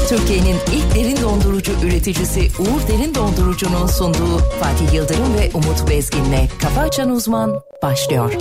Türkiye'nin ilk derin dondurucu üreticisi Uğur Derin Dondurucu'nun sunduğu Fatih Yıldırım ve Umut Bezgin'le Kafa Açan Uzman başlıyor.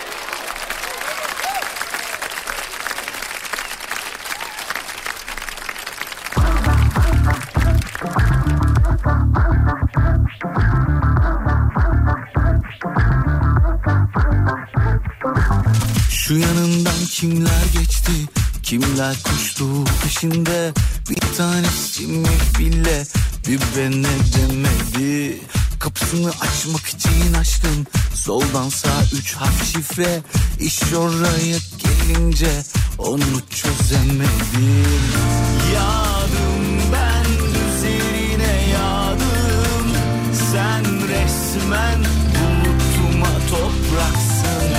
Şu yanından kimler geçti, kimler koştu peşinde, bir tanesi mi bile bir bana demedi. Kapısını açmak için açtım, soldan sağ 3 harf şifre, iş oraya gelince onu çözemedim. Yağdım ben üzerine yağdım, sen resmen bulutuma topraksın.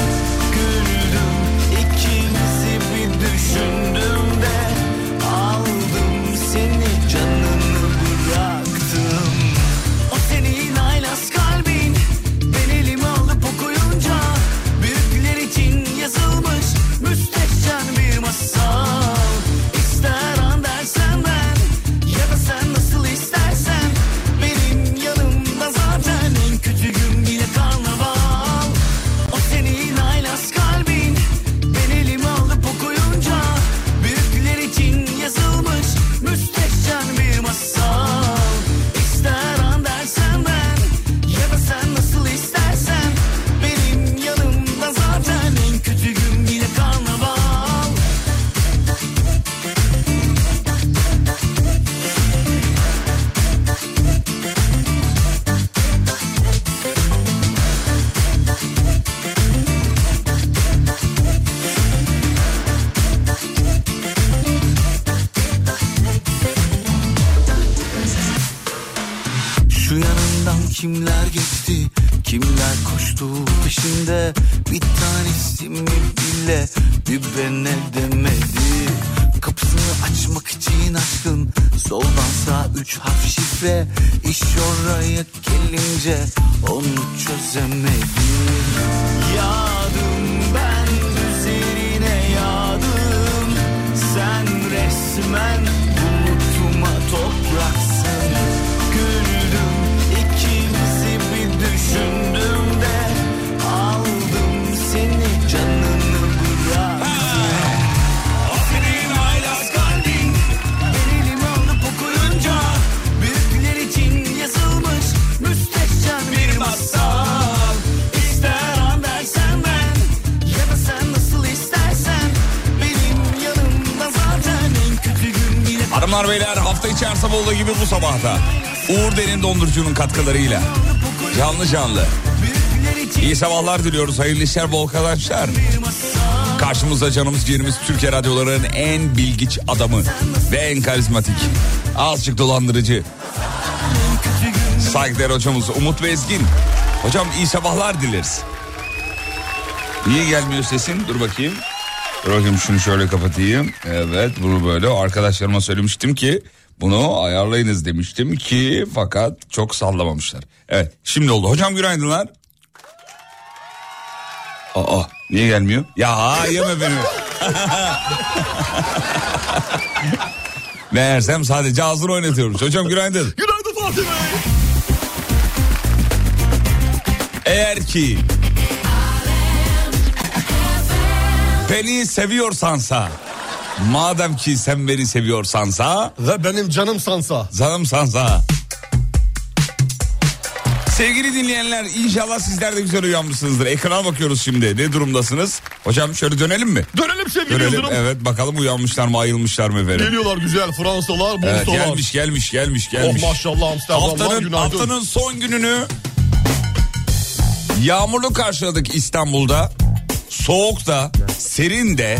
Düşündüm de aldım seni, canını bıraktım. O senin haylaz kalbin, ben elime alıp okuyunca büyükler için yazılmış müstehcen bir masal. İster an dersen ben, ya da sen nasıl istersen, benim yanımda zaten en kötü gün bile karnaval. O senin haylaz kalbin, ben elime alıp okuyunca yazılmış müstehcen bir masal. İster an dersen ben, ya da sen nasıl istersen, benim yanımda zaten en kötü gün bile karnaval. Şu yanından kimler geçti, kimler koştu peşinde, bir tanesi mi bile bir bana demedi. Kapısını açmak için açtım, soldan sağ 3 harf şifre, iş oraya gelince onu çözemedim. Yağdım ben üzerine yağdım, sen resmen bulutuma topraksın. Düşündüm de aldım seni, canını bıraktım. O senin haylaz kalbin, ben elime alıp okuyunca büyükler için yazılmış müstehcen bir masal. İster an dersen ben, ya da sen nasıl istersen, benim yanımda zaten en kötü gün bile. Hanımlar beyler, hafta içi her sabah olduğu gibi bu sabahta Uğur Derin Dondurucu'nun katkılarıyla canlı. İyi sabahlar diliyoruz. Hayırlı işler, bol kazançlar. Karşımızda canımız ciğerimiz Türkiye radyolarının en bilgiç adamı ve en karizmatik, azıcık dolandırıcı, saygıdeğer hocamız Umut Bezgin. Hocam iyi sabahlar dileriz. Niye gelmiyor sesin? Dur bakayım. Şunu şöyle kapatayım. Evet, bunu böyle arkadaşlarıma söylemiştim ki bunu ayarlayınız demiştim ki, fakat çok sallamamışlar. Evet, şimdi oldu. Hocam günaydınlar. Niye gelmiyor? Ya yeme beni. Meğersem sadece ağzını oynatıyormuş. Hocam günaydın. Günaydın Fatih Bey. Eğer ki beni seviyorsansa, madem ki sen beni seviyorsansa ve benim canımsansa. Sevgili dinleyenler, inşallah sizler de güzel uyanmışsınızdır. Ekrana bakıyoruz şimdi. Ne durumdasınız? Hocam şöyle dönelim mi? Dönelim sevgili Yıldırım. Evet, bakalım uyanmışlar mı, ayılmışlar mı efendim? Geliyorlar güzel Fransalar, evet, Bursalar. gelmiş. Oh maşallah Amsterdamlar, günaydın. Haftanın son gününü yağmurlu karşıladık İstanbul'da. Soğukta, serinde.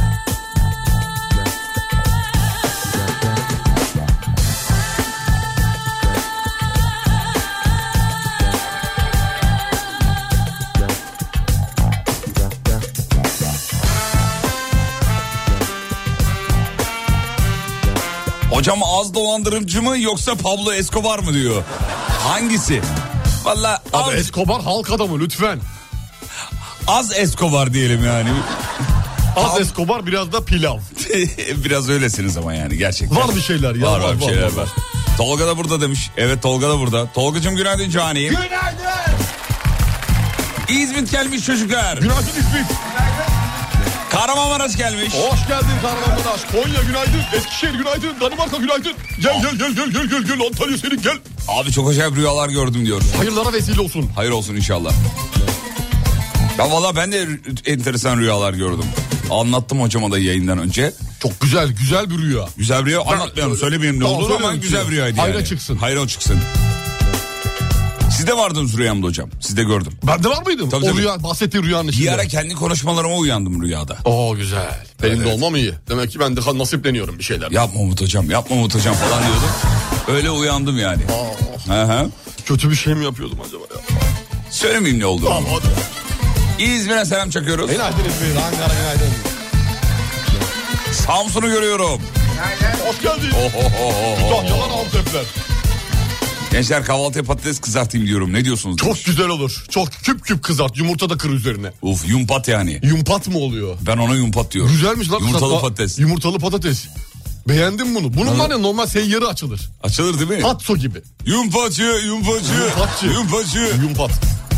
Hocam az dolandırıcı mı yoksa Pablo Escobar mı diyor. Hangisi? Vallahi abi Escobar halk adamı lütfen. Az Escobar diyelim yani. Az Escobar biraz da pilav. Biraz öylesiniz ama yani gerçekten. Var bir şeyler ya. Var bir şeyler var. Tolga da burada demiş. Evet, Tolga da burada. Tolgacığım günaydın canim. Günaydın. İzmit gelmiş çocuklar. Günaydın İzmit. Kahramanmaraş gelmiş. Hoş geldin Kahramanmaraş. Konya günaydın. Eskişehir günaydın. Danimarka günaydın. Gel. Antalya senin gel. Abi çok acayip rüyalar gördüm diyor. Hayırlara vesile olsun. Hayır olsun inşallah. Ya valla ben de enteresan rüyalar gördüm. Anlattım hocama da yayından önce. Çok güzel bir rüya. Güzel bir rüya anlatmayalım, söylemeyeyim ne olduğunu ama güzel bir rüyaydı yani. Hayra çıksın. Hayra çıksın. Siz de vardınız rüyamda hocam. Siz de gördüm. Ben de var mıydım? Tabii. Rüya, bahsettiği rüyanın içinde. Bir ara kendi konuşmalarıma uyandım rüyada. Oo güzel. Benim de olmam iyi. Demek ki ben de nasipleniyorum bir şeyler. Yapma Umut hocam falan diyordum. Öyle uyandım yani. Hı. Kötü bir şey mi yapıyordum acaba ya? Söylemeyeyim ne oldu. Tamam hadi. İzmir'e selam çakıyoruz. Günaydın İzmir. Ankara günaydın. Samsun'u görüyorum. Hoş geldin. Kütahyalar Antepler. Gençler kahvaltıya patates kızartayım diyorum. Ne diyorsunuz? Çok güzel olur. Çok küp kızart. Yumurta da kır üzerine. Uf, yumpat yani. Yumpat mı oluyor? Ben ona yumpat diyorum. Güzelmiş lan. Yumurtalı patates. Yumurtalı patates. Beğendim bunu. Bunun var ya normal seyyarı açılır. Açılır değil mi? Patso gibi. Yumpatçı. Yumpat.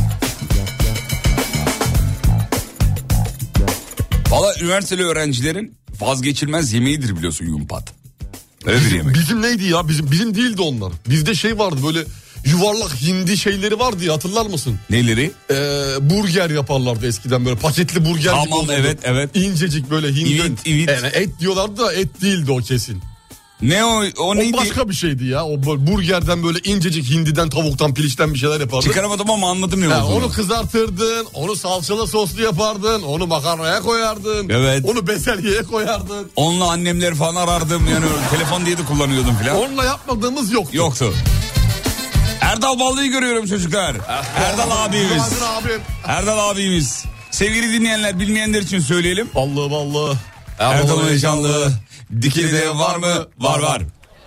Valla üniversiteli öğrencilerin vazgeçilmez yemeğidir biliyorsun yumpat. Öyle bir yemek. Bizim neydi ya? Bizim değildi onlar. Bizde şey vardı böyle yuvarlak hindi şeyleri vardı ya, hatırlar mısın? Neleri? Burger yaparlardı eskiden, böyle paketli burger gibi olurdu. Evet. İncecik böyle hindi. İvit. Yani et diyorlardı da et değildi o kesin. Ne o neydi? O başka bir şeydi ya. O burgerden böyle incecik hindiden, tavuktan, piliçten bir şeyler yapardı. Çıkaramadım ama anladım ne olduğunu. Onu kızartırdın, onu salçalı soslu yapardın, onu makarnaya koyardın. Evet. Onu beselyeye koyardın. Onunla annemleri falan arardım yani telefon diye de kullanıyordum falan. Onunla yapmadığımız yoktu. Yoktu. Erdal Ballı'yı görüyorum çocuklar. Erdal abimiz. Günaydın abim. Erdal abimiz. Sevgili dinleyenler, bilmeyenler için söyleyelim. Vallahi. Erdal Heyecanlı. Dikili'de var mı? Var.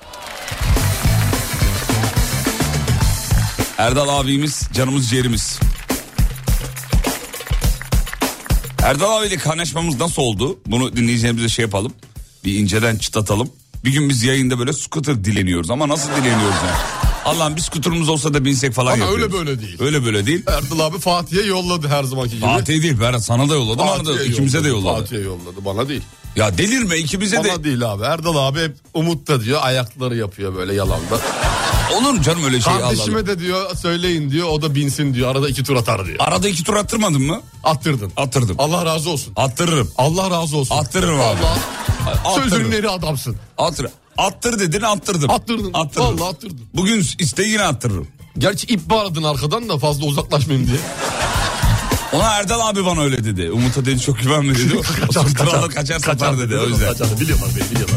Erdal abimiz canımız ciğerimiz. Erdal abiyle kaynaşmamız nasıl oldu? Bunu dinleyicilerimize şey yapalım. Bir inceden çıtlatalım. Bir gün biz yayında böyle scooter dileniyoruz ama nasıl dileniyoruz yani? Allah'ım bir skuturumuz olsa da binsek falan ama yapıyoruz. öyle böyle değil. Erdal abi Fatih'e yolladı her zamanki gibi. Fatih'e değil, ben sana da yolladım. İkimize de yolladı. Fatih'e yolladı, bana değil. Ya delirme, ikimize bana de. Bana değil abi. Erdal abi hep Umut'ta diyor, ayakları yapıyor böyle yalanda. Olur canım öyle şey. Kardeşime de diyor söyleyin diyor, o da binsin diyor, arada 2 tur atar diyor. Arada 2 tur attırmadın mı? Attırdım. Allah razı olsun. Attırırım. Allah razı olsun. Attırırım abi. Sözünün eri adamsın. Attır dedin, attırdım. Attırdın. Vallahi attırdım. Bugün iste yine attırırım. Gerçi ip bağladın arkadan da fazla uzaklaşmayayım diye. Ona Erdal abi bana öyle dedi. Umut'a dedi çok güvenme dedi. Kaçar satar dedi. O yüzden. Biliyorlar.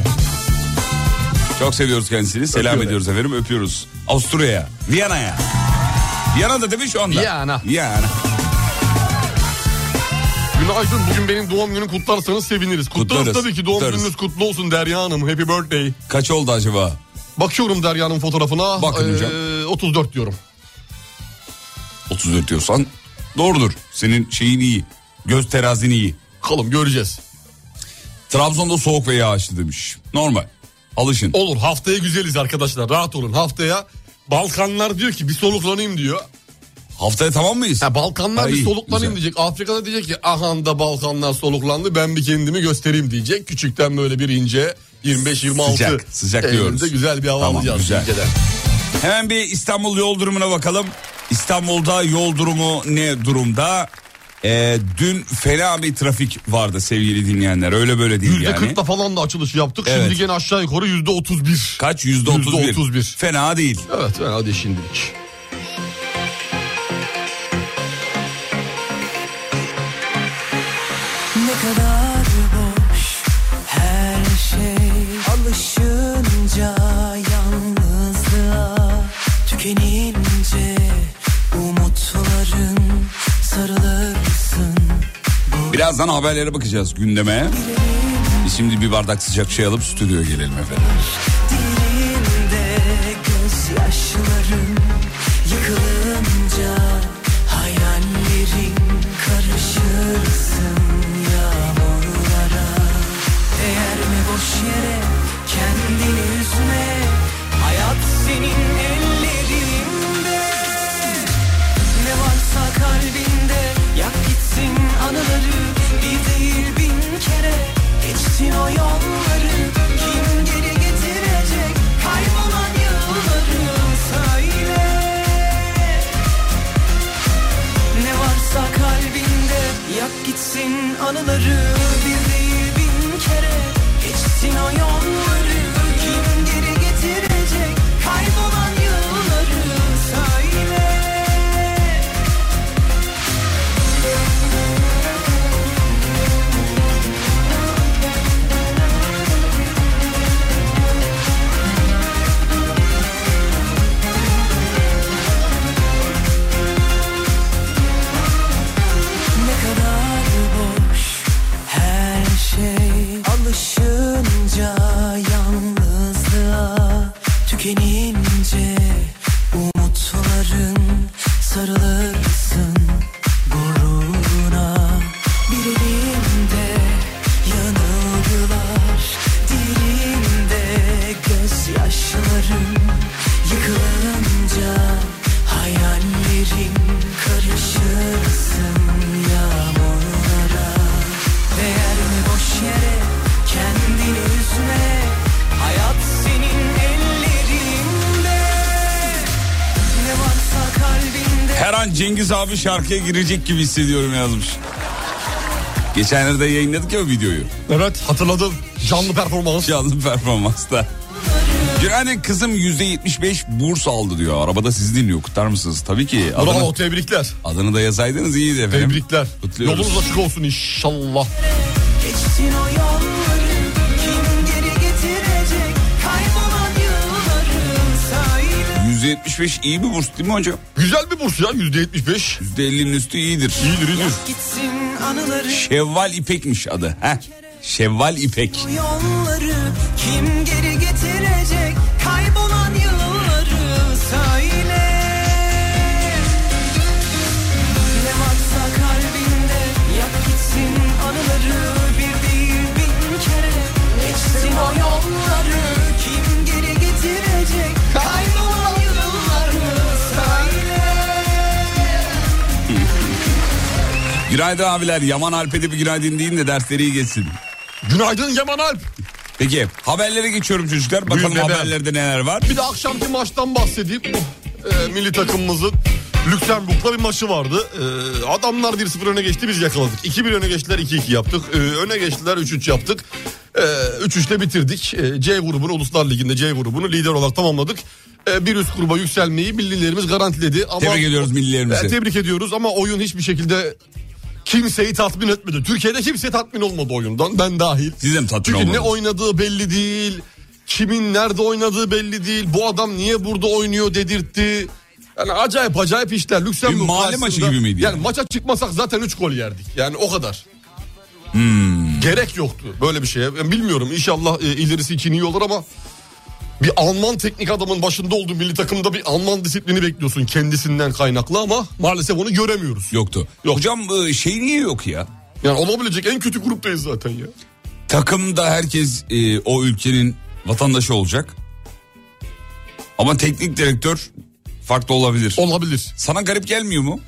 Çok seviyoruz kendisini. Selam ediyoruz efendim. Öpüyoruz. Avusturya'ya. Viyana'ya. Viyana'da değil mi şu anda? Viyana. Günaydın. Bugün benim doğum günüm, kutlarsanız seviniriz. Kutlarız tabii ki. Doğum gününüz kutlu olsun Derya Hanım. Happy birthday. Kaç oldu acaba? Bakıyorum Derya Hanım fotoğrafına. Bakın hocam. 34 diyorum. 34 diyorsan doğrudur. Senin şeyin iyi. Göz terazin iyi. Bakalım göreceğiz. Trabzon'da soğuk ve yağışlı demiş. Normal. Alışın. Olur, haftaya güzeliz arkadaşlar, rahat olun. Haftaya Balkanlar diyor ki bir soluklanayım diyor. Haftaya tamam mıyız? Balkanlar bir soluklanayım diyecek. Afrika'da diyecek ki aha da Balkanlar soluklandı, ben bir kendimi göstereyim diyecek. Küçükten böyle bir ince 25-26 sıcak diyoruz. Güzel bir hava alacağız. Güzel. Hemen bir İstanbul yol durumuna bakalım. İstanbul'da yol durumu ne durumda? Dün fena bir trafik vardı sevgili dinleyenler. Öyle böyle değil yani. %40'da falan da açılış yaptık. Evet. Şimdi gene aşağı yukarı %31. Kaç? %31. Fena değil. Evet, fena değil şimdilik. Ne kadar boş her şey, alışınca yalnızlığa, tükenince umutların sarılırsın. Birazdan haberlere bakacağız, gündeme. Biz şimdi bir bardak sıcak çay alıp stüdyoya gelelim efendim. Dilinde gözyaşların yıkılınca hayallerin karışırsın yağmurlara. Değer mi yere kendini üzme. Hayat senin ellerinde. Ne varsa kalbinde yak gitsin anıları. Bir değil bin kere geçsin o yolları. Kim geri getirecek kaybolan yılları söyle. Ne varsa kalbinde yak gitsin anıları. Bir değil bin kere geçsin o yolları. Kim geri getirecek kaybolan yılları söyle. Ne kadar boş her şey, alışınca yalnızlığa, tükenince umutların sarılırsın gururuna. Bir elimde yanılgılar, dilimde gözyaşlarım. Yıkılınca hayallerim karışırsın yağmurlara. Değer mi boş yere kendini üzme. Hayat senin ellerinde. Ne varsa kalbinde. Her an Cengiz abi şarkıya girecek gibi hissediyorum yazmış. Geçenlerde yayınladık ya o videoyu. Evet, hatırladım. Canlı performans. Canlı performansta. Günaydın kızım %75 burs aldı diyor. Arabada sizi dinliyor. Kutlar mısınız? Tabii ki. Bravo, tebrikler. Adını da yazaydınız iyiydi efendim. Tebrikler. Kutluyoruz. Yolunuz açık olsun inşallah. Geçsin o yolları. Kim geri getirecek kaybolan yılları söyle. %75 iyi bir burs değil mi hocam? Güzel bir burs ya, %75. %50'nin üstü iyidir. İyidir. Gitsin anıları. Şevval İpek'miş adı. Şevval İpek. Bu yolları kim geri getirecek kaybolan yılları söyle. Ne varsa kalbinde yak gitsin anıları. Bir değil bin kere geçsin o yolları. Kim geri getirecek kaybolan yılları söyle. Günaydın abiler. Yaman Alp'e de bir günaydın deyin de dersleri iyi geçsin. Günaydın Yaman Alp. Peki haberlere geçiyorum çocuklar. Bakalım Buyurun bebeğim. haberlerde neler var. Bir de akşamki maçtan bahsedeyim. Milli takımımızın Lüksemburg'la bir maçı vardı. Adamlar 1-0 öne geçti, biz yakaladık. 2-1 öne geçtiler, 2-2 yaptık. Öne geçtiler, 3-3 yaptık. 3-3'le bitirdik. C grubunu, Uluslar Ligi'nde C grubunu lider olarak tamamladık. Bir üst gruba yükselmeyi millilerimiz garantiledi. Ama, Tebrik ediyoruz millilerimizi. Tebrik ediyoruz ama oyun hiçbir şekilde kimseyi tatmin etmedi. Türkiye'de kimse tatmin olmadı oyundan, ben dahil. Siz de mi tatmin Çünkü olmadınız? ne oynadığı belli değil. Kimin nerede oynadığı belli değil. Bu adam niye burada oynuyor dedirtti. Yani acayip işler. Lüksemburg Bir mahalle karşısında, maçı gibi miydi Yani yani? maça çıkmasak zaten 3 gol yerdik. Yani o kadar. Gerek yoktu böyle bir şeye. Ben bilmiyorum, İnşallah ilerisi için iyi olur ama bir Alman teknik adamın başında olduğu milli takımda bir Alman disiplini bekliyorsun kendisinden kaynaklı ama maalesef onu göremiyoruz. Yoktu. Yok. Hocam şey niye yok ya? Yani olabilecek en kötü gruptayız zaten ya. Takımda herkes o ülkenin vatandaşı olacak. Ama teknik direktör farklı olabilir. Olabilir. Sana garip gelmiyor mu?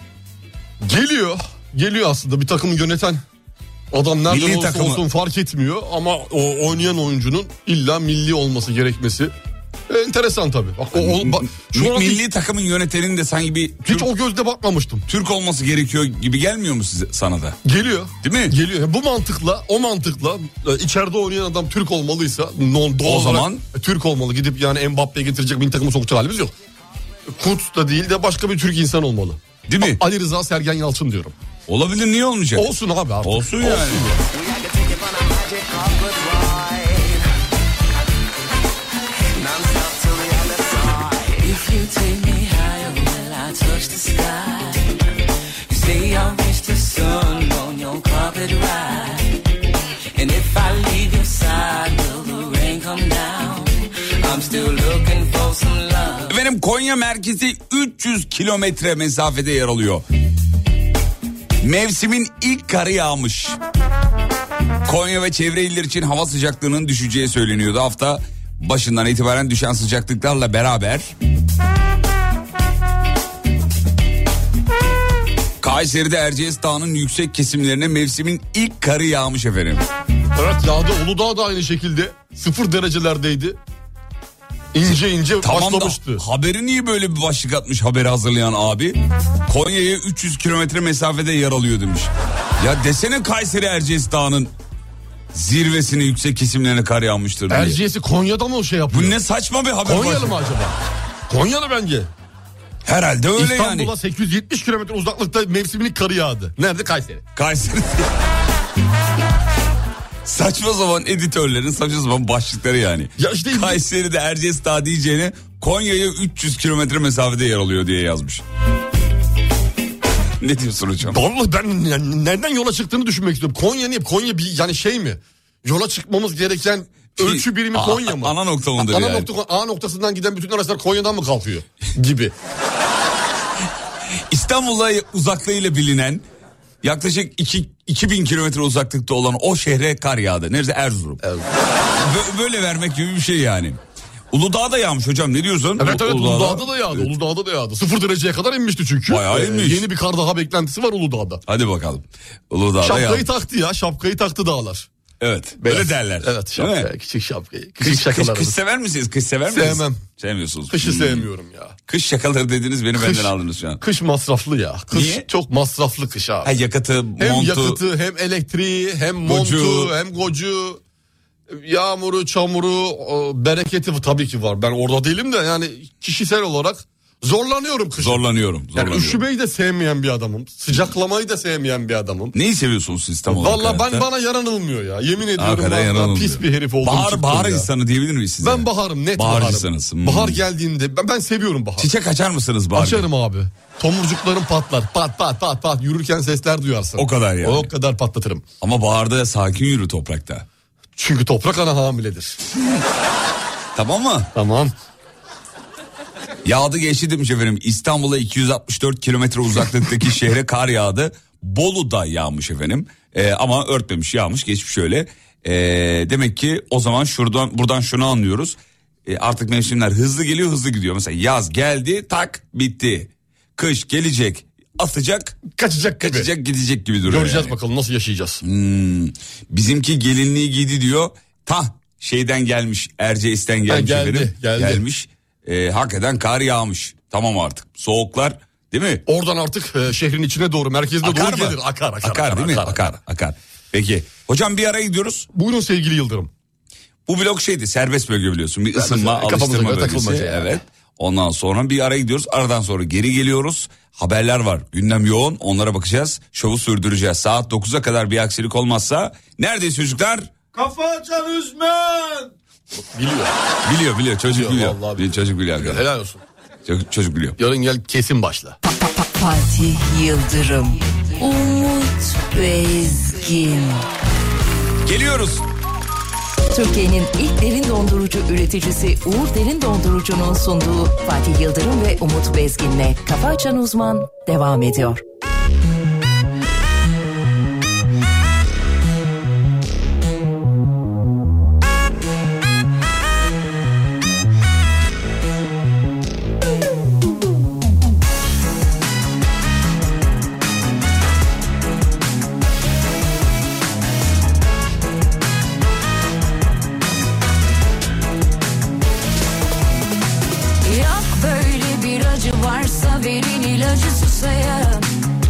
Geliyor aslında, bir takımı yöneten adam nereden Milli olursa takımı. olsun fark etmiyor ama o oynayan oyuncunun illa milli olması gerekmesi enteresan tabii. Bak, şu an Milli takımın yönetenin de sanki bir hiç o gözle bakmamıştım. Türk olması gerekiyor gibi gelmiyor mu size, sana da? Geliyor. Değil mi? Geliyor. Bu mantıkla, o mantıkla içeride oynayan adam Türk olmalıysa doğal O zaman olarak Türk olmalı. Gidip yani Mbappe'ye getirecek milli takımı sokacak halimiz yok. Kurt da değil de başka bir Türk insan olmalı. değil mi? Ali Rıza Sergen Yalçın diyorum. Olabilir, niye olmayacak? Olsun abi artık. Olsun yani. If you take me higher, will I touch the sky? You say I'll reach the sun on your carpet ride. And if I leave your side, will the rain come down? I'm still looking for some love. Efendim Konya merkezi 300 kilometre mesafede yer alıyor. Mevsimin ilk karı yağmış. Konya ve çevre iller için hava sıcaklığının düşeceği söyleniyordu. Hafta başından itibaren düşen sıcaklıklarla beraber Kayseri'de Erciyes Dağı'nın yüksek kesimlerine mevsimin ilk karı yağmış efendim. Evet, yağdı. Uludağ da aynı şekilde 0 derecelerdeydi. İnce ince tamam başlamıştı. Da, haberi niye böyle bir başlık atmış haberi hazırlayan abi? Konya'ya 300 kilometre mesafede yer alıyor demiş. Ya desene Kayseri Erciyes Dağı'nın zirvesine, yüksek kesimlerine kar yağmıştır diye. Erciyes'i Konya'da mı o şey yapıyor? Bu ne saçma bir haber. Konyalı mı acaba? Konyalı bence. Herhalde öyle İstanbul'a yani. İstanbul'a 870 kilometre uzaklıkta mevsimin ilk karı yağdı. Nerede? Kayseri. Kayseri. Saçma zaman editörlerin saçma zaman başlıkları yani. Ya işte Kayseri'de Erciyes Dağı diyeceğine Konya'ya 300 kilometre mesafede yer alıyor diye yazmış. Ne diyorsun hocam? Vallahi ben yani nereden yola çıktığını düşünmek istiyorum. Konya niye? Konya bir yani şey mi? Yola çıkmamız gereken ölçü birimi Konya mı? Ana nokta mıdır yani? A noktasından giden bütün araçlar Konya'dan mı kalkıyor gibi. İstanbul'a uzaklığıyla bilinen yaklaşık 2000 kilometre uzaklıkta olan o şehre kar yağdı. Nerede? Erzurum. Böyle vermek gibi bir şey yani. Uludağ'da yağmış hocam, ne diyorsun? Evet Uludağ'da da yağdı. Evet. Uludağ'da da yağdı. 0 dereceye kadar inmişti çünkü. Bayağı inmiş. Yeni bir kar daha beklentisi var Uludağ'da. Hadi bakalım. Uludağ'da şapkayı taktı ya. Şapkayı taktı dağlar. Evet. Böyle derler. Evet, şapka, küçük şapkayı. Küçük şakalarımız. Kış sever misiniz? Kış sever misiniz? Sevmem. Sevmiyorsunuz. Kışı sevmiyorum ya. Kış şakaları dediniz, beni benden aldınız şu an. Kış masraflı ya. Kış niye? Çok masraflı kış abi. Ha, yakıtı, montu. Hem yakıtı, hem elektriği, hem montu, hem gocu. Yağmuru, çamuru, bereketi tabii ki var. Ben orada değilim de yani kişisel olarak zorlanıyorum kışın. Zorlanıyorum. Yani üşümeyi de sevmeyen bir adamım. Sıcaklamayı da sevmeyen bir adamım. Neyi seviyorsunuz siz tam olarak? Valla bana yaranılmıyor ya. Yemin ediyorum pis bir herif oldum. Bahar insanı diyebilir miyiz size? Ben baharım, net baharcısınız. baharım. Bahar geldiğinde ben seviyorum bahar. Çiçek açar mısınız bahar? Açarım abi. Tomurcuklarım patlar. Pat pat pat pat. Yürürken sesler duyarsın. O kadar yani. O kadar patlatırım. Ama baharda sakin yürü toprakta. Çünkü toprak ana hamiledir. Tamam mı? Tamam. Yağdı geçti demiş efendim. İstanbul'a 264 kilometre uzaklıktaki şehre kar yağdı. Bolu'da yağmış efendim. Ama örtmemiş, yağmış, geçmiş öyle. Demek ki o zaman buradan şunu anlıyoruz. Artık mevsimler hızlı geliyor, hızlı gidiyor. Mesela yaz geldi, tak, bitti. Kış gelecek, atacak, kaçacak gidecek gibi duruyor. Göreceğiz yani. Bakalım nasıl yaşayacağız. Bizimki gelinliği giydi diyor. Şeyden gelmiş, Erciyes'ten gelmiş efendim. Gelmiş. Hakikaten kar yağmış. Tamam artık. Soğuklar, değil mi? Oradan artık şehrin içine doğru, merkezine akar doğru mı? gelir. Akar değil mi? Akar. Peki. Hocam bir ara gidiyoruz. Buyurun sevgili Yıldırım. Bu blok serbest bölge biliyorsun. Bir ısınma, alıştırma bölgesi. Evet. Ondan sonra bir ara gidiyoruz. Aradan sonra geri geliyoruz. Haberler var. Gündem yoğun. Onlara bakacağız. Şovu sürdüreceğiz. Saat 9'a kadar bir aksilik olmazsa. Neredeyiz çocuklar? Kafa açan Üzmen. Biliyor. Çocuk biliyor. Çocuk biliyor. Helal olsun. Çocuk biliyor. Yarın gel kesin başla. Fatih Yıldırım, Umut Bezgin. Geliyoruz. Türkiye'nin ilk derin dondurucu üreticisi Uğur Derin Dondurucu'nun sunduğu Fatih Yıldırım ve Umut Bezgin'le Kafa Açan Uzman devam ediyor. Verin ilacı susayım.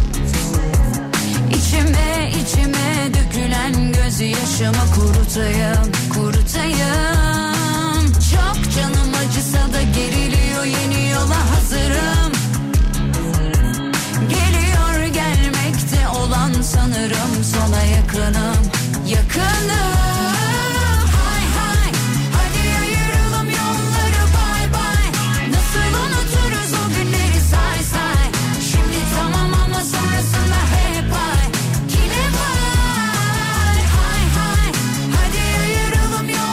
İçime dökülen gözyaşımı kurutayım. Çok canım acısa da geriliyor, yeni yola hazırım. Geliyor gelmekte olan sanırım, sona yakınım. Yolları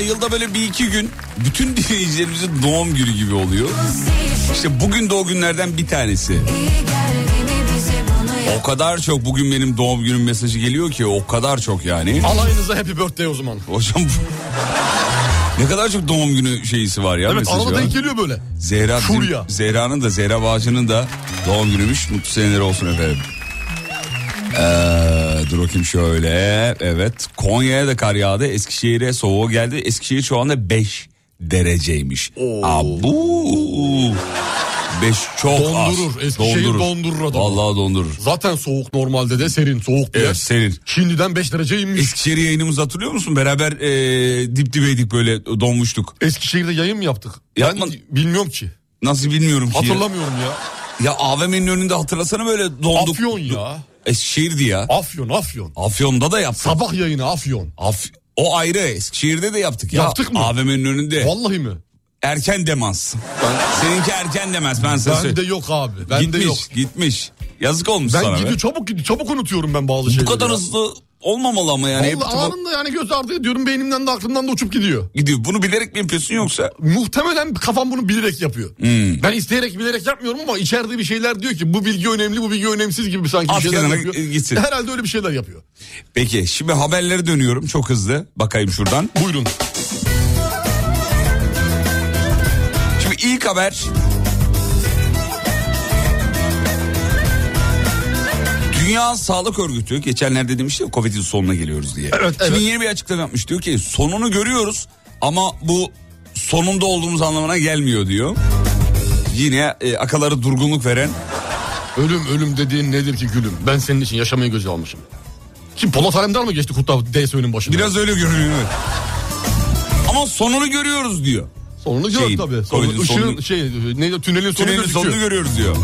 yılda böyle bir iki gün bütün dinleyicilerimizin doğum günü gibi oluyor. İşte bugün de o günlerden bir tanesi. O kadar çok bugün benim doğum günüm mesajı geliyor ki, o kadar çok yani. Alayınıza happy birthday o zaman. Hocam ne kadar çok doğum günü şeysi var ya. Evet, arada denk geliyor böyle. Zehra'nın da, Zehra Bağcı'nın da doğum günüymüş. Mutlu seneler olsun efendim. Dur bakayım şöyle. Evet, Konya'ya da kar yağdı. Eskişehir'e soğuğu geldi. Eskişehir şu anda 5 dereceymiş. Abu. 5 çok dondurur. az. Eskişehir dondurur adamı. Vallahi dondurur. Zaten soğuk normalde de serin. Soğuk diye. Evet, serin. Şimdiden 5 derece inmiş. Eskişehir yayınımızı hatırlıyor musun? Beraber dip dibeydik, böyle donmuştuk. Eskişehir'de yayın mı yaptık? Ben bilmiyorum ki. Nasıl bilmiyorum ki. Hatırlamıyorum ya. Ya AVM'nin önünde hatırlasana, böyle donduk. Afyon ya. Eskişehir'di ya. Afyon. Afyon'da da yaptık. Sabah yayını Afyon. O ayrı. Eskişehir'de de yaptık ya. Yaptık mı? AVM'nin önünde. Vallahi mi? Erken demans. Seninki erken demez, ben sana söyleyeyim. Bende yok abi. Bende yok. Gitmiş. Yazık olmuş sana be. Çabuk gidiyor. Çabuk unutuyorum ben bazı şeyleri. Bu kadar hızlı olmamalı ama yani. Vallahi anında yani göz ardı ediyorum, beynimden de aklımdan da uçup gidiyor. Bunu bilerek mi yapıyorsun yoksa? Muhtemelen kafam bunu bilerek yapıyor. Ben isteyerek bilerek yapmıyorum ama içeride bir şeyler diyor ki bu bilgi önemli, bu bilgi önemsiz gibi sanki bir şeyler yapıyor. Gitsin. Herhalde öyle bir şeyler yapıyor. Peki şimdi haberlere dönüyorum çok hızlı. Bakayım şuradan. Buyurun. Şimdi ilk haber. Dünya Sağlık Örgütü geçenlerde demişti ya, Covid'in sonuna geliyoruz diye. Evet. Şimdi yeni bir açıklama yapmış, diyor ki sonunu görüyoruz ama bu sonunda olduğumuz anlamına gelmiyor diyor. Yine akaları durgunluk veren. Ölüm dediğin nedir ki gülüm? Ben senin için yaşamayı göze almışım. Kim, Polat Alemdar mı geçti Kurtlar DSÖ'nün başına? Biraz öyle görünüyor. Evet. Ama sonunu görüyoruz diyor. Sonunu görüyoruz tabii. Tünelin sonunu görüyoruz diyor.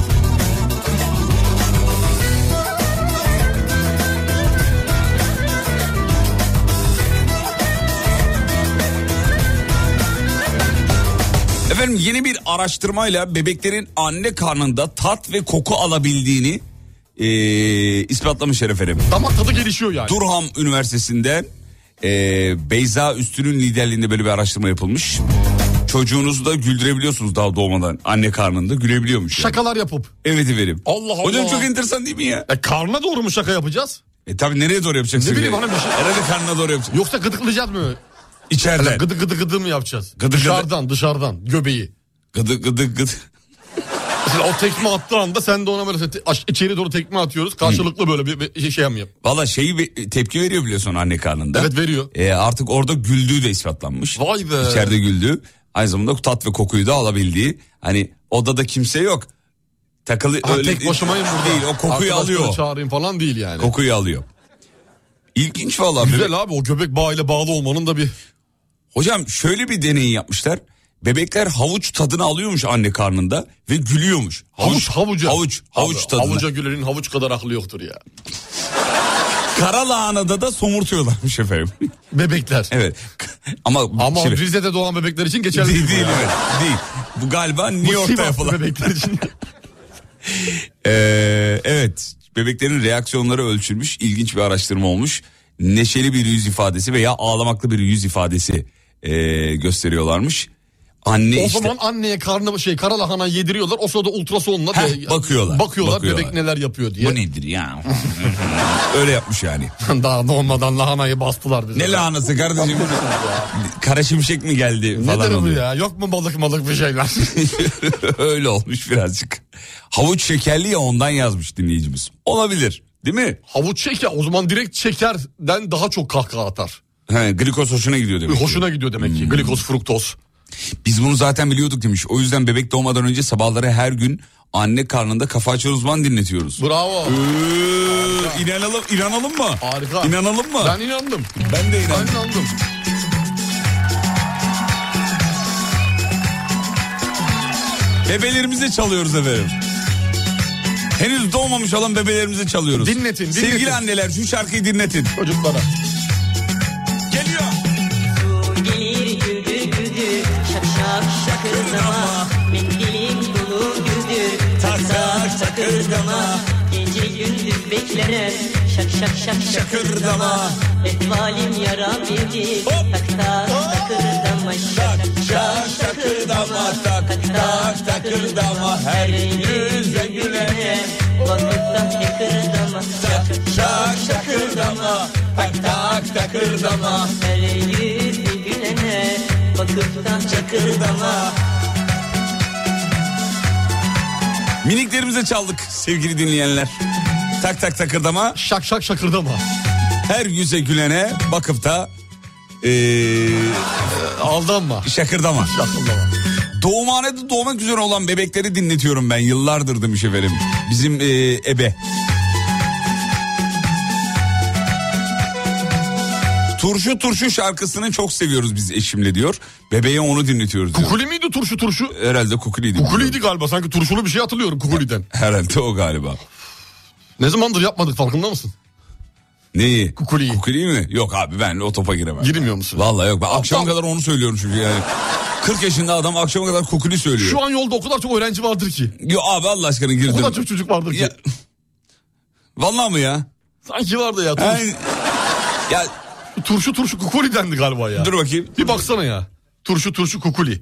Efendim, yeni bir araştırmayla bebeklerin anne karnında tat ve koku alabildiğini ispatlamışlar efendim. Damak tadı gelişiyor yani. Durham Üniversitesi'nde Beyza Üstün'ün liderliğinde böyle bir araştırma yapılmış. Çocuğunuzu da güldürebiliyorsunuz daha doğmadan, anne karnında gülebiliyormuş. Yani. Şakalar yapıp. Evet efendim. Allah Allah. Hocam çok enteresan değil mi ya? Karnına doğru mu şaka yapacağız? Tabii nereye doğru yapacaksın? Ne bileyim, bana bir şey. Herhalde karnına doğru yapacaksın. Yoksa gıdıklayacağız mı? İçeride. Gıdı mı yapacağız? Gıdı. Dışarıdan göbeği. Gıdı. Mesela o tekme attığı anda sen de ona böyle içeri doğru tekme atıyoruz. Karşılıklı böyle bir şey mi yap? Valla tepki veriyor biliyorsun anne karnında. Evet, veriyor. Artık orada güldüğü de ispatlanmış. Vay be. İçeride güldüğü. Aynı zamanda tat ve kokuyu da alabildiği. Hani odada kimse yok. Takılı öyle tek başımayım burada. Değil, o kokuyu alıyor. Çağırayım falan değil yani. Kokuyu alıyor. İlginç valla. Güzel abi, o göbek bağıyla bağlı olmanın da bir... Hocam şöyle bir deney yapmışlar. Bebekler havuç tadını alıyormuş anne karnında ve gülüyormuş. Havuç tadını. Havuca gülenin havuç kadar aklı yoktur ya. Kara lahanada da somurtuyorlarmış efendim. Bebekler. Evet. Ama şimdi, Rize'de doğan bebekler için geçerli değil. Evet, değil. Bu galiba New York'ta yapılan bebekler için. Evet. Bebeklerin reaksiyonları ölçülmüş. İlginç bir araştırma olmuş. Neşeli bir yüz ifadesi veya ağlamaklı bir yüz ifadesi gösteriyorlarmış. O zaman anneye kara lahana yediriyorlar. O sırada ultrasonla bakıyorlar bebek neler yapıyor diye. Bu nedir ya? Öyle yapmış yani. Daha doğmadan lahanayı bastılar bize. Ne lahanası kardeşim? Kara şimşek mi geldi falan. Nedir bu ya? Yok mu balık bir şeyler? Öyle olmuş birazcık. Havuç şekerli ya, ondan yazmış dinleyicimiz. Olabilir değil mi? Havuç şeker, o zaman direkt şekerden daha çok kahkaha atar. Glikoz hoşuna gidiyor demek ki. Hoşuna gidiyor demek ki. Glikoz, fruktoz. Biz bunu zaten biliyorduk demiş. O yüzden bebek doğmadan önce sabahları her gün anne karnında Kafa Açan Uzman dinletiyoruz. Bravo. İnanalım mı? Harika. İnanalım mı? Ben inandım. Ben de inandım. Bebelerimize çalıyoruz efendim. Henüz doğmamış olan bebelerimize çalıyoruz. Dinletin. Sevgili anneler, şu şarkıyı dinletin. Çocuklara. Geliyor. Su gelir güldür şak şak şakırdama. Mendilim dolu güldür tak tak şakırdama. Gece gündüz beklerim şak şak şak şakırdama. Etvalim yaram yedi tak tak takırdama şak şak şakırdama tak tak takırdama her yüze gülene bakıp da şakırdama şak şak şakırdama tak tak takırdama her yüze gülene bakıp da şakırdama. Miniklerimize çaldık sevgili dinleyenler. Tak tak takırdama. Şak şak şakırdama. Her yüze gülene bakıp da aldanma. Şakırdama. Şakırdama. Doğumhanede doğmak üzere olan bebekleri dinletiyorum ben yıllardır demiş efendim. Bizim ebe. Turşu Turşu şarkısını çok seviyoruz biz eşimle diyor. Bebeğe onu dinletiyoruz diyor. Kukuli miydi Turşu Turşu? Herhalde Kukuli'ydi. Kukuli'ydi galiba, sanki turşulu bir şey hatırlıyorum Kukuli'den. Herhalde o galiba. Ne zamandır yapmadık, farkında mısın? Neyi? Kukuli'yi. Kukuli'yi mi? Yok abi ben o topa giremem. Girmiyor musun? Vallahi yok. Ben akşama kadar onu söylüyorum çünkü yani. 40 yaşında adam akşama kadar Kukuli söylüyor. Şu an yolda o kadar çok öğrenci vardır ki. Yok abi Allah aşkına girdim. O kadar çok çocuk vardır ki. Ya, vallahi mı ya? Sanki vardı ya. Ya Turşu Turşu Kukuli'dendi galiba ya. Dur bakayım. Bir baksana ya. Turşu Turşu Kukuli.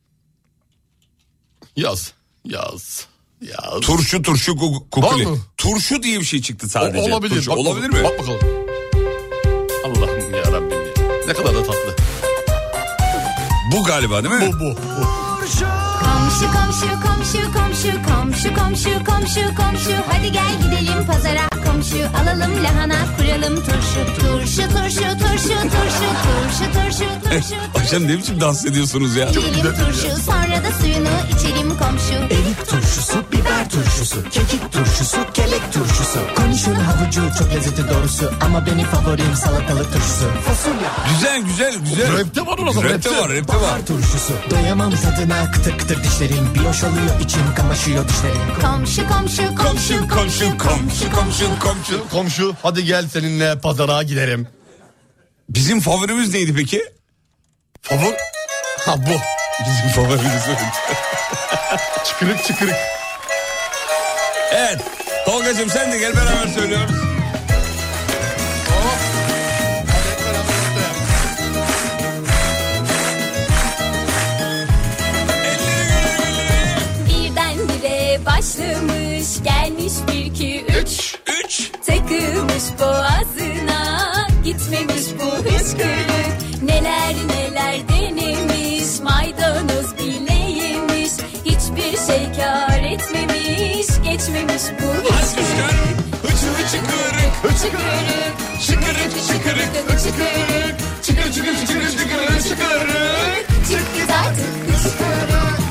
Yaz. Turşu Turşu Kukuli. Var mı? Turşu diye bir şey çıktı sadece. Olabilir. Turşu. Bak, olabilir mi? Bak bakalım. Allah'ım yarabbim ya. Ne kadar da tatlı. Bu galiba değil mi? Bu. Komşu komşu komşu komşu komşu komşu komşu komşu hadi gel gidelim pazara komşu alalım lahana kuralım turşu turşu turşu turşu turşu turşu turşu turşu. Akşam ne biçim dans ediyorsunuz ya? Yiyelim turşu sonra da suyunu içelim komşu. Erik turşusu, biber turşusu, kekik turşusu, kelek turşusu. Konişin havucu çok lezzetli doğrusu ama benim favorim salatalık turşusu. Fasulye. Güzel. Rapte var orada. Rapte var. Bahar turşusu. Doyamam tadına, kıtır kıtır dişlerim. Bir hoş oluyor içim, kamaşıyor dişlerim. Komşu komşu komşu komşu. Komşu hadi gel seninle pazara gidelim. Bizim favorimiz neydi peki? Favor? Ha bu. Bizim favorimiz oydu. Çıkırık. Evet. Tolgacığım sen de gel beraber söylüyoruz. Birdenbire başlamış gelmiş 1 2 3 takılmış boğazına gitmemiş bu hıçkırık neler denemiş maydanoz bile yemiş hiçbir şey kâr etmemiş geçmemiş bu hıçkırık çıktı artık hıçkırık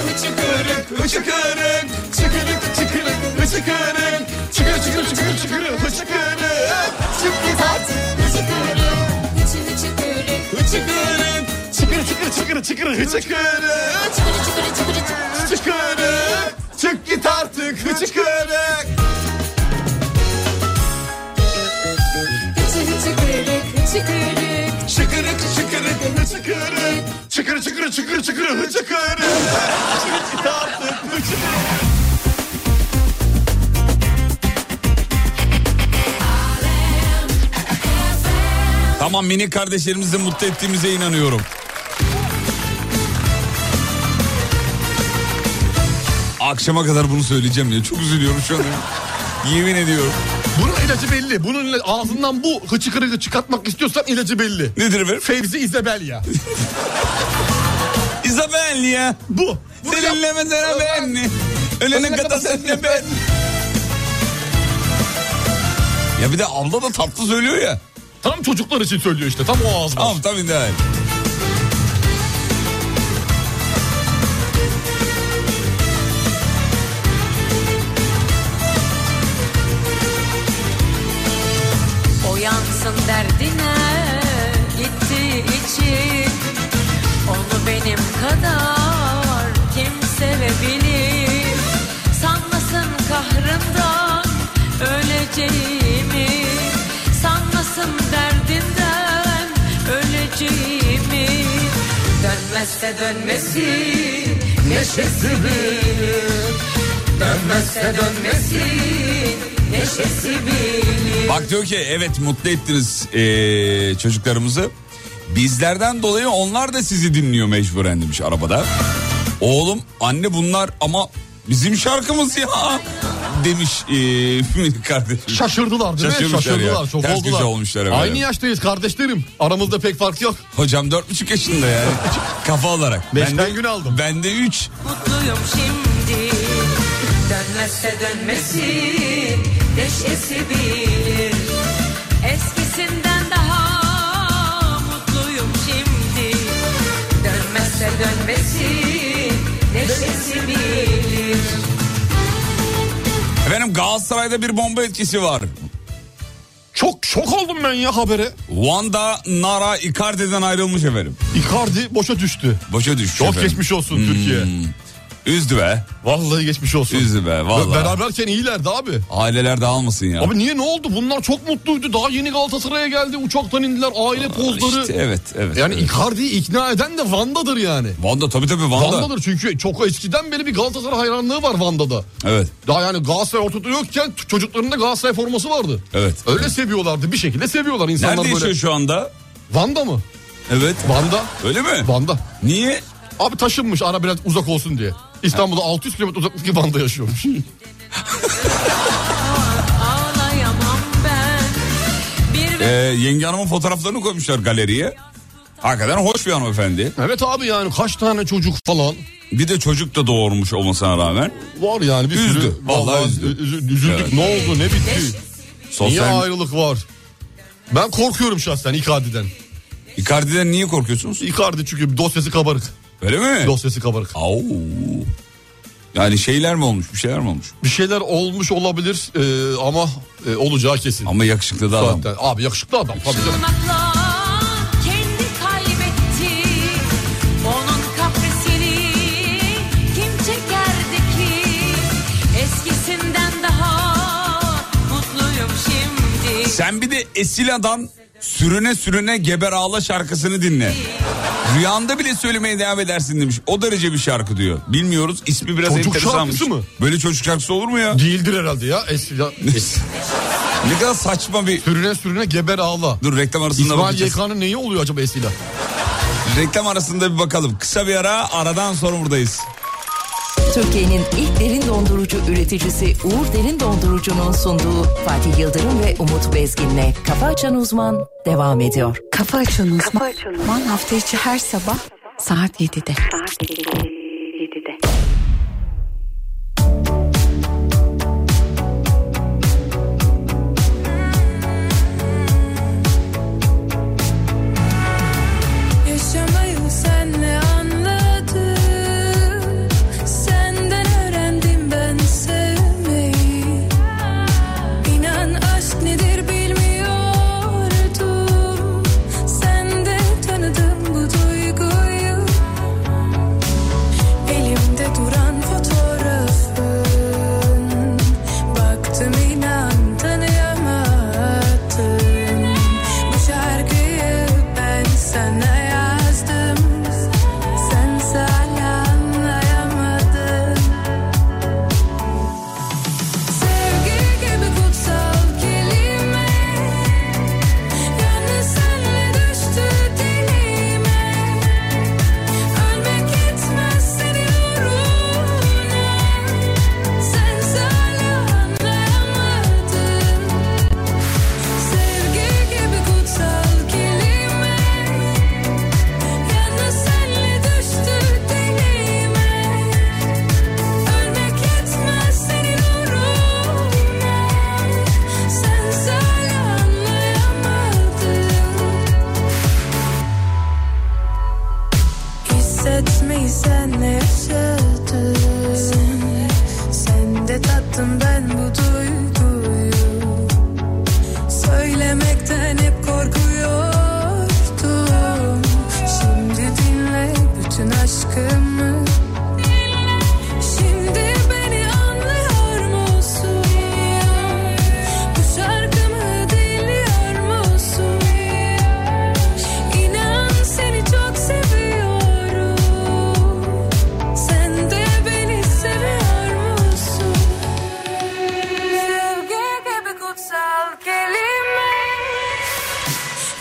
Çık git artık hıçkırık. Tamam, minik kardeşlerimizi mutlu ettiğimize inanıyorum. Akşama kadar bunu söyleyeceğim ya. Çok üzülüyorum şu an. Yemin ediyorum. Bunun ilacı belli. Bunun ağzından bu hıçkırığı çıkartmak istiyorsan ilacı belli. Nedir efendim? Fevzi İzabelya. İzabelya. Bu. Seninle mesela ben. Ölene kadar seninle ben. Ya bir de abla da tatlı söylüyor ya. Tam çocuklar için söylüyor işte. Tam o ağız var. Tamam tabii de. Yansın derdine gittiği için onu benim kadar kim sevebilir? Sanmasın kahrımdan öleceğimi, sanmasın derdimden öleceğimi. Dönmezse dönmesin neşesi bilir, dönmezse dönmesin neşesi bilir. Bak diyor ki evet mutlu ettiniz çocuklarımızı. Bizlerden dolayı onlar da sizi dinliyor mecburen demiş arabada. Oğlum anne bunlar ama bizim şarkımız ya demiş kardeşim. Şaşırdılar değil mi? Şaşırdılar. Ya. Çok ters oldular. Olmuşlar efendim. Aynı yaştayız kardeşlerim. Aramızda pek fark yok. Hocam 4,5 yaşında yani. Kafa olarak. 5'ten gün aldım. Ben de 3. Mutluyum şimdi. Dönmezse dönmesin. Neşesi bilir. Eskisinden daha mutluyum şimdi. Dönmezse dönmesin. Neşesi bilir. Efendim Galatasaray'da bir bomba etkisi var. Çok şok oldum ben ya habere. Wanda Nara Icardi'den ayrılmış efendim. Icardi boşa düştü. Boşa düşmüş Çok efendim. geçmiş olsun Türkiye. Üzdü be. Vallahi geçmiş olsun. Üzdü be vallahi. Beraberken iyilerdi abi. Aileler dağılmasın ya. Abi niye ne oldu? Bunlar çok mutluydu. Daha yeni Galatasaray'a geldi. Uçaktan indiler. Aile pozları. İşte evet. Yani evet. Icardi'yi ikna eden de Vanda'dır yani. Vanda tabii Vanda. Vanda'dır çünkü çok eskiden beri bir Galatasaray hayranlığı var Vanda'da. Evet. Daha yani Galatasaray ortada yokken çocuklarında Galatasaray forması vardı. Evet. Öyle seviyorlardı. Bir şekilde seviyorlar insanlar Nerede böyle. yaşıyor şu anda? Vanda mı? Evet. Vanda. Öyle mi? Vanda. Niye? Abi taşınmış ara biraz uzak olsun diye. İstanbul'da 600 kilometre uzaklıktaki Van'da yaşıyormuş. Ağlayamam ben. Yenge hanımın fotoğraflarını koymuşlar galeriye. Hakikaten hoş bir hanımefendi. Evet abi yani kaç tane çocuk falan. Bir de çocuk da doğurmuş olmasına rağmen. Var yani bir Üzdü. sürü. Vallahi üzdü. Üzüldük. Evet. Ne oldu ne bitti? Niye Sosyal... ayrılık var? Ben korkuyorum şahsen Icardi'den. Icardi'den niye korkuyorsunuz? Icardi çünkü dosyası kabarık. Öyle mi? Dosyası kabarık. Au. Yani şeyler mi olmuş? Bir şeyler mi olmuş? Bir şeyler olmuş olabilir ama olacağı kesin. Ama yakışıklı da adam. Zaten. Abi yakışıklı adam tabii canım. Tırnakla kendi kaybetti. Onun kaprisini kim çekerdi ki? Eskisinden daha mutluyum şimdi. Sen bir de Esila'dan Sürüne Sürüne Geber Ağla şarkısını dinle. Rüyanda bile söylemeye devam edersin demiş. O derece bir şarkı diyor. Bilmiyoruz. İsmi biraz Çocuk enteresanmış. şarkısı mı? Böyle çocuk şarkısı olur mu ya? Değildir herhalde ya. Ne kadar saçma bir... Sürüne sürüne geber ağla. Dur reklam arasında İsmail bakacağız. YK'nın neyi oluyor acaba Esila? Reklam arasında bir bakalım. Kısa bir ara, aradan sonra buradayız. Türkiye'nin ilk derin dondurucu üreticisi Uğur Derin Dondurucu'nun sunduğu Fatih Yıldırım ve Umut Bezgin'le Kafa Açan Uzman devam ediyor. Kafa Açan Uzman hafta içi her sabah saat 7'de. Yaşamayı senle anladım. Senden öğrendim ben sevmeyi. İnan aşk nedir bilmiyordum. Sende tanıdım bu duyguyu. Elimde duran fotoğrafın. Baktım inan tanıyamadım. Bu şarkıyı ben sana yazdım. Sense hala anlayamadın. Sevgi gibi kutsal kelime. Yalnız senle düştü dilime. Ölmek yetmez senin uğruna. Sense hala anlayamadın. Sevgi gibi kutsal kelime. Yalnız senle düştü dilime. Ölmek yetmez senin uğruna. Sense hala anlayamadın. Hissetmeyi senle yaşadım. Sen de tattın ben bu duyguyu. Söylemekten hep korkuyordum. Şimdi dinle bütün aşkımı. Şimdi beni anlıyor musun? Bu şarkımı dinliyor musun? İnan seni çok seviyorum. Sen de beni seviyor musun? Sevgi gibi kutsal kelime.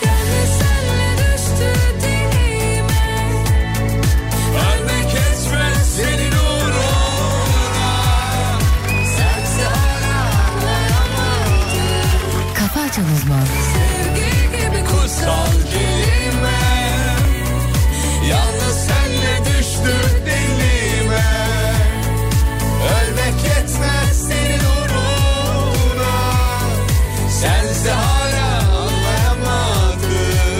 uzman. Sevgi gibi kutsal kelime, Yalnız senle düştük dilime. Ölmek yetmez senin uğruna. Sense hala anlayamadım.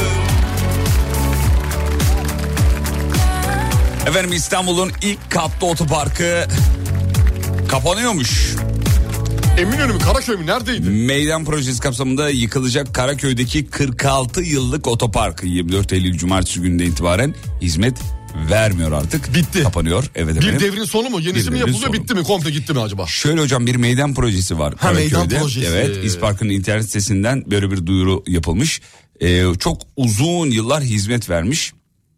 Efendim İstanbul'un ilk katlı otoparkı kapanıyormuş. Eminönü mü Karaköy mü neredeydi? Meydan projesi kapsamında yıkılacak Karaköy'deki 46 yıllık otopark 24 Eylül Cumartesi gününden itibaren hizmet vermiyor artık. Bitti. Kapanıyor. Evet efendim. Bir devrin sonu mu? Yenisi Bir mi devrin yapılıyor? sonu. Bitti mi? Komple gitti mi acaba? Şöyle hocam bir meydan projesi var Karaköy'de. meydan projesi. Evet, İspark'ın internet sitesinden böyle bir duyuru yapılmış. Çok uzun yıllar hizmet vermiş.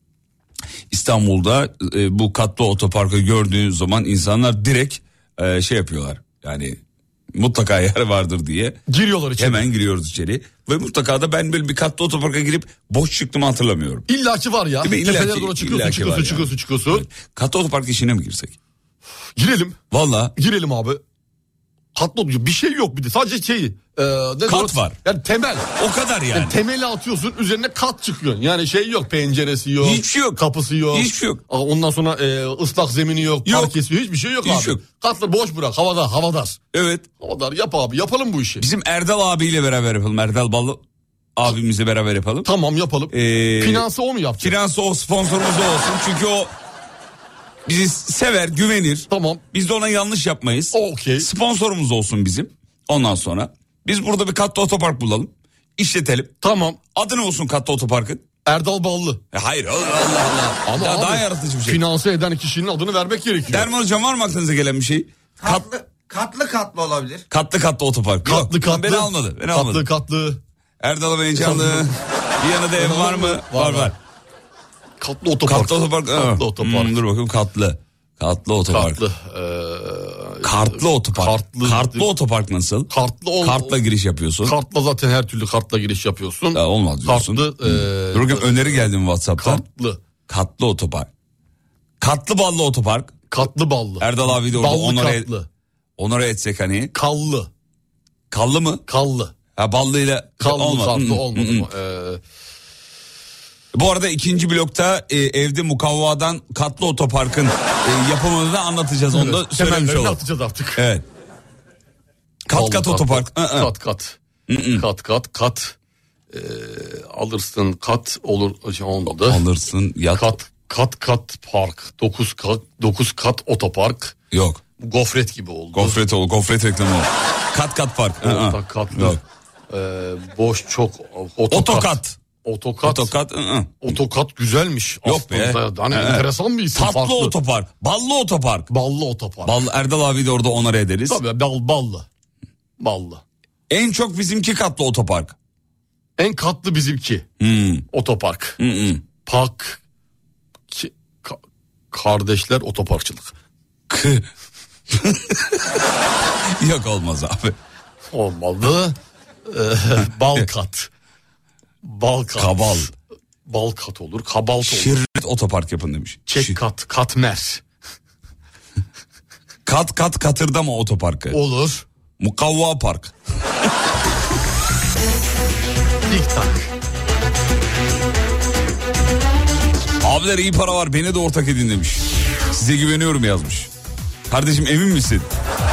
İstanbul'da bu katlı otoparkı gördüğün zaman insanlar direkt şey yapıyorlar. Yani mutlaka yer vardır diye. Giriyorlar içeri. Hemen giriyoruz içeri. Ve mutlaka da ben böyle bir katlı otoparka girip boş çıktığımı hatırlamıyorum. İllaki var ya. Değil mi? İllaki- Tepelere doğru illaki çıkıyorsun. Evet. Katlı otopark işine mi girsek? Girelim. Valla. Girelim abi. Katlı oluyor. Bir şey yok bir de. Sadece şeyi. Kat var. Yani temel. O kadar yani. Yani temeli atıyorsun üzerine kat çıkıyor. Yani şey yok, penceresi yok. Hiçbir şey yok. Kapısı yok. Hiçbir şey yok. Ondan sonra ıslak zemini yok. Yok. Parkesi yok. Hiçbir şey yok Hiç abi. yok. Katları boş bırak. Havadar. Evet. Havadar yap abi. Yapalım bu işi. Bizim Erdal abiyle beraber yapalım. Erdal Ballı abimizle beraber yapalım. Tamam yapalım. Finansı o mu yapacak? Finansı o, sponsorumuz o olsun. Çünkü o bizi sever, güvenir. Tamam. Biz de ona yanlış yapmayız. Okey. Sponsorumuz olsun bizim. Ondan sonra biz burada bir katlı otopark bulalım. İşletelim. Tamam. Adı ne olsun katlı otoparkın? Erdal Ballı. Hayır Allah Allah. Ama Daha abi, yaratıcı bir şey. Finanse eden kişinin adını vermek gerekiyor. Derman hocam var mı aklınıza gelen bir şey? Katlı olabilir. Katlı otopark. Yok, beni almadı. Katlı. Erdal Beycanlı. Bir yanında ev var mı? Var. Katlı otopark. Katlı otopark. Katlı otopark. Dur bakayım Katlı otopark. Kartlı otopark. Kartlı otopark nasıl? Kartla giriş yapıyorsun. Kartla zaten her türlü kartla giriş yapıyorsun. Olmaz diyorsun. Kartlı. Dur bakayım öneri geldi mi WhatsApp'tan? Katlı otopark. Katlı ballı otopark. Katlı ballı. Erdal abi de orada Ballı onore etsek hani. Kallı. Kallı mı? Kallı. Ha ballıyla. Kallı olmaz. kartlı olmadı mı? Bu arada ikinci blokta evde mukavvadan katlı otoparkın yapımını da anlatacağız. Onu da söylemiş Temellerini olalım. atacağız artık. Evet. Kat otopark. Kat. Alırsın kat olur olmadı. Alırsın yat. Kat park. 9 kat otopark. Yok. Gofret gibi oldu. Gofret reklamı oldu. Kat park. Katlı. Yok. Boş çok. Otokat. Otokat güzelmiş. Yok aslında. be. Hani enteresan bir isim. Tatlı farklı. otopark. Ballı otopark. Ballı otopark. Erdal abi de orada onarı ederiz. Tabii ballı. En çok bizimki katlı otopark. En katlı bizimki. Otopark. Park. Kardeşler otoparkçılık. Yok olmaz abi. Olmadı. Balkat. Kabal. Balkat olur. Kabalt olur. Şirret otopark yapın demiş. Katmer. Katırdama otoparkı. Olur. Mukavva park. Tik tak. Abiler iyi para var beni de ortak edin demiş. Size güveniyorum yazmış. Kardeşim emin misin?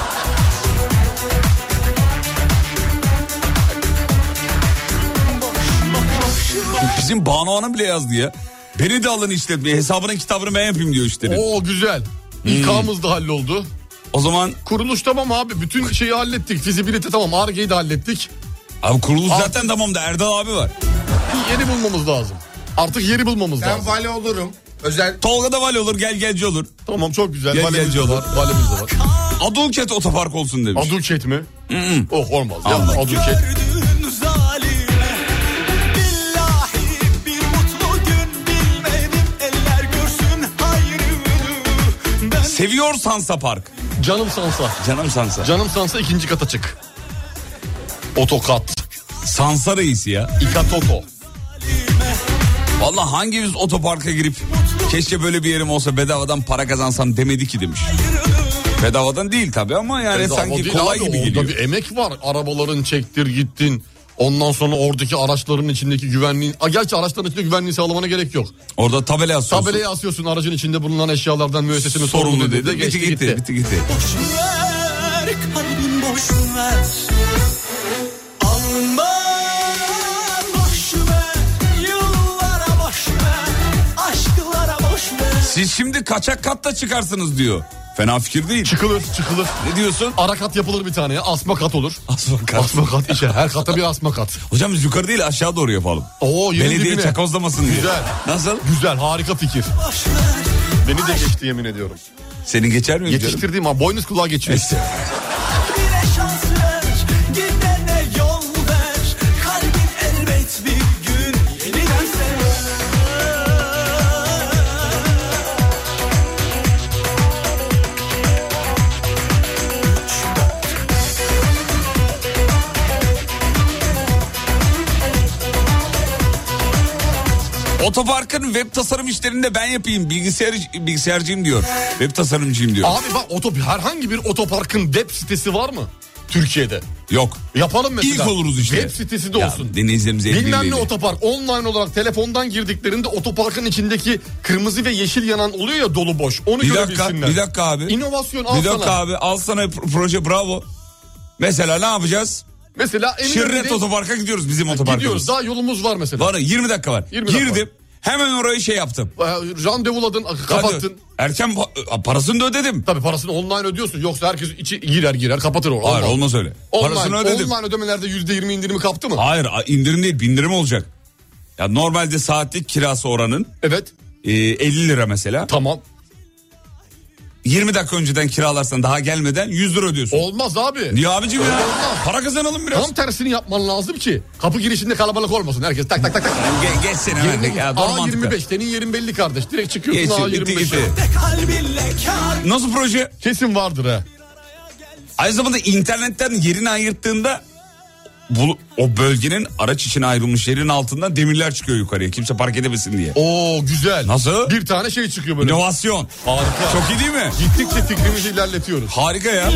Bizim Banu Hanım bile yazdı ya. Beni de alın işletmeye, hesabının kitabını ben yapayım diyor işleri. Oo güzel. İK'mız da halloldu. O zaman kuruluş tamam abi. Bütün şeyi hallettik. Fizibilite tamam. Ar-Ge'yi de hallettik. Abi kuruluş zaten tamam da Erdal abi var. Yeri bulmamız lazım. Artık yeri bulmamız lazım. Ben vali olurum. Özel. Tolga da vali olur, gelgelci olur. Tamam çok güzel. Gelgelci Valimiz olur. var. Valimiz de var. Aduket otopark olsun demiş. Aduket mi? Oh olmaz ya. Allah. Aduket. Seviyor Sansa Park. Canım Sansa. Canım Sansa 2. kata çık. Otokat. Sansa reisi ya. İkatoto. Vallahi hangimiz otoparka girip keşke böyle bir yerim olsa bedavadan para kazansam demedi ki demiş. Bedavadan değil tabii ama yani Bedava sanki değil kolay abi, gibi orada geliyor. bir emek var. Arabaların çektir gittin. Ondan sonra oradaki araçların içindeki güvenliğin... Gerçi araçların içinde güvenliği sağlamana gerek yok. Orada tabela asıyorsun. Tabelayı asıyorsun, aracın içinde bulunan eşyalardan müessesenin sorumlu dedi. Bitti gitti. Boş ver, kalbim boş ver. Alma, boş ver. Yıllara boş ver. Aşklara boş ver. Siz şimdi kaçak katta çıkarsınız diyor. Fena fikir değil. Çıkılır. Ne diyorsun? Ara kat yapılır bir tane ya. Asma kat olur. Asma kat işe. Her kata bir asma kat. Hocam biz yukarı değil aşağı doğru yapalım. Belediye dibine. çakozlamasın diye. Güzel. Nasıl? Güzel, harika fikir. Beni de geçti yemin ediyorum. Senin geçer mi? Yetiştirdiğim ama boynuz kulağa geçiyor. Bir şans ver, gidene yol ver. Kalbin elbet bir gün yeniden sever. Otoparkın web tasarım işlerini de ben yapayım. Bilgisayarcıyım diyor. Web tasarımcıyım diyor. Abi bak herhangi bir otoparkın web sitesi var mı Türkiye'de? Yok. Yapalım mesela. İlk oluruz işte. Web sitesi de olsun. Dinleyicilerimize bilmem ne otopark online olarak telefondan girdiklerinde otoparkın içindeki kırmızı ve yeşil yanan oluyor ya, dolu boş. Onu görebilsinler. Bir dakika abi. İnovasyon al sana. Bir dakika abi, al sana proje, bravo. Mesela ne yapacağız? Mesela Şirret otoparka gidiyoruz, bizim otoparkımız. Gidiyoruz, daha yolumuz var mesela. Var, 20 dakika var. 20 dakika girdim. Hemen orayı şey yaptım. Randevuladın, kapattın. Erken parasını da ödedim. Tabii parasını online ödüyorsun. Yoksa herkes içi girer kapatır orayı. Hayır, olmaz öyle. Parasını ödedim. Online ödemelerde %20 indirimi kaptı mı? Hayır, indirim değil, bindirim olacak. Ya normalde saatlik kirası oranın. Evet. 50 lira mesela. Tamam. 20 dakika önceden kiralarsan daha gelmeden 100 lira ödüyorsun. Olmaz abi. Niye abicim ya? Olmaz. Para kazanalım biraz. Tam tersini yapman lazım ki kapı girişinde kalabalık olmasın. Herkes tak tak tak tak. Geçsene hemen. A25 senin yerin belli kardeş. Direkt çıkıyorsun A25'e. Nasıl proje? Kesin vardır ha. Aynı zamanda internetten yerini ayırttığında o bölgenin araç için ayrılmış yerin altından demirler çıkıyor yukarıya. Kimse park edemesin diye. Oo güzel. Nasıl? Bir tane şey çıkıyor böyle. İnovasyon. Harika. Çok iyi değil mi? Gittikçe fikrimizi ilerletiyoruz. Harika ya.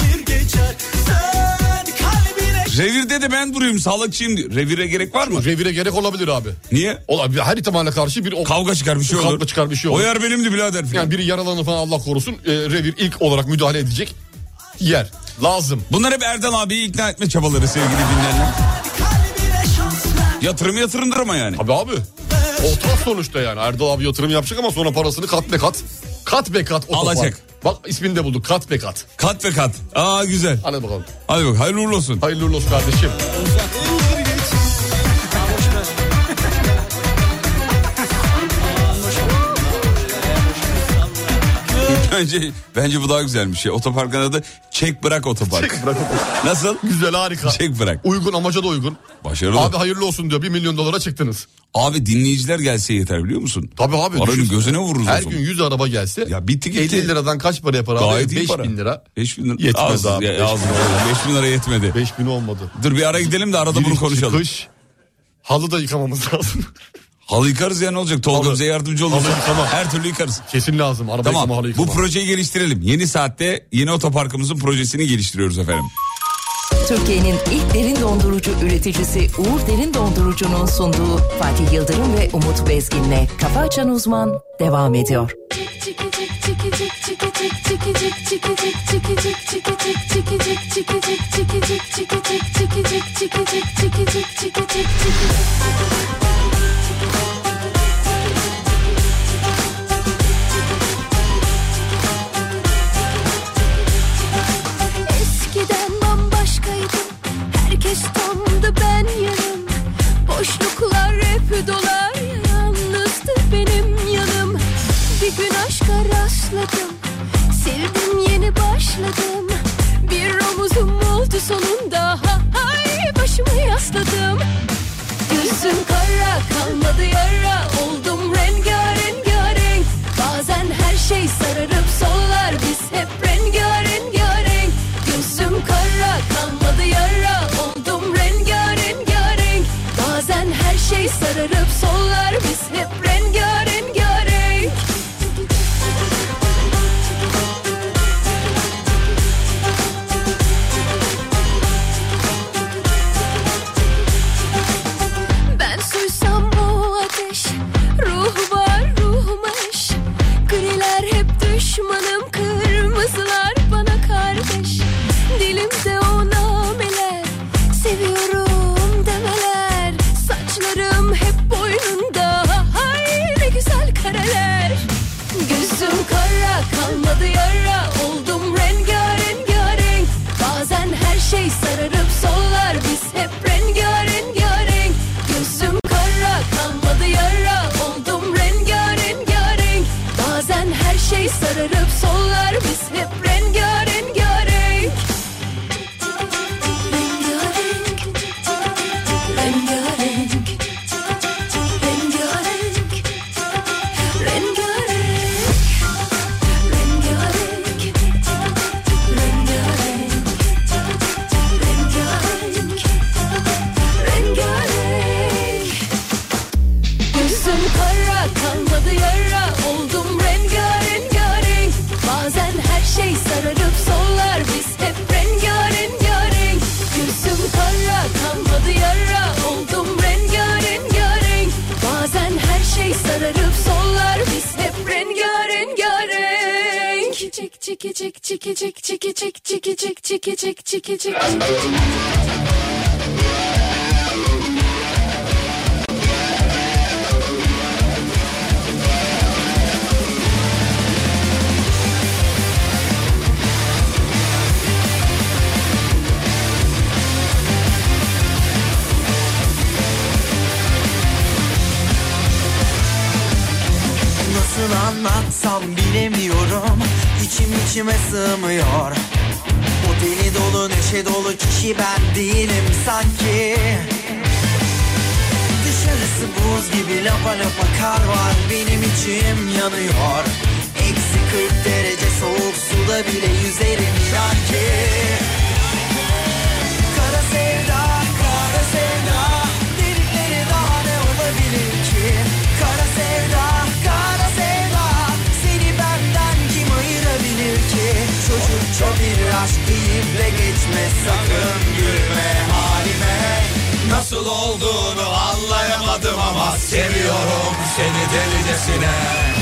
Revirde de ben durayım, sağlıkçıyım diyor. Revire gerek var mı? Revire gerek olabilir abi. Niye? Olabilir. Her ihtimale karşı bir kavga çıkar, bir şey olur. Kavga çıkar, bir şey olur. O yer benimdi birader falan. Yani biri yaralanır falan, Allah korusun. Revir ilk olarak müdahale edecek yer. Lazım. Bunlar hep Erdal abiyi ikna etme çabaları sevgili dinleyenler. Yatırımdır ama yani. Abi. Ortak sonuçta yani. Erdal abi yatırım yapacak ama sonra parasını kat be kat otopark. Alacak. Bak ismini de bulduk, kat be kat. Kat be kat. Aa güzel. Hadi bakalım. Hadi bak, hayırlı uğurlu olsun. Hayırlı uğurlu olsun kardeşim. Bence bu daha güzelmiş ya. Otoparkın adı Çek Bırak Otopark. Çek Bırak Otopark. Nasıl? Güzel, harika. Çek Bırak. Uygun, amaca da uygun. Başarılı. Abi hayırlı olsun diyor. $1 milyon çıktınız. Abi dinleyiciler gelse yeter biliyor musun? Tabii abi. Paranın gözüne vururuz. Her gün 100 araba gelse. Ya bitti gitti. 50 liradan kaç para yapar abi? Gayet 5.000 lira. 5.000 lira. Yetmez abi. 5.000 lira yetmedi. 5.000 olmadı. Dur bir ara gidelim de arada bunu konuşalım. Kış. Halı da yıkamamız lazım. Halı yıkarız ya, ne olacak? Tolga bize yardımcı olur. Tamam. Her türlü yıkarız. Kesin lazım. Araba yıkama, halı yıkama. Bu projeyi geliştirelim. Yeni saatte yeni otoparkımızın projesini geliştiriyoruz efendim. Türkiye'nin ilk derin dondurucu üreticisi Uğur Derin Dondurucu'nun sunduğu Fatih Yıldırım ve Umut Bezgin'le Kafa Açan Uzman devam ediyor. Eskiden bambaşkaydım, herkes tamdı, ben yarım. Boşluklar hep dolar, yalnızdı benim yanım. Bir gün aşka rastladım, sevdim, yeni başladım. Bir omuzum oldu sonunda, hay başımı yasladım. Gözüm kara kalmadı yara, oldum rengarenk. Bazen her şey sararıp sollar, biz hep rengarenk. Gözüm kara kalmadı yara, oldum rengarenk. Bazen her şey sararıp sollar, biz hep rengarenk. Nasıl anlatsam bilemiyorum, içime sığmıyor. O deli dolu neşe dolu kişi ben değilim sanki. Dışarısı buz gibi, lapa lapa kar var, benim içim yanıyor. Eksi 40 derece soğuk suda bile yüzerim inan ki. Kara sevda, kara sevda, delikleri daha ne olabilir ki? Kara sevda, kara sevda, seni benden kim ayırabilir ki? Çocukça bir aşk deyip de geçme, sakın gülme halime. Nasıl olduğunu anlayamadım ama seviyorum seni delicesine.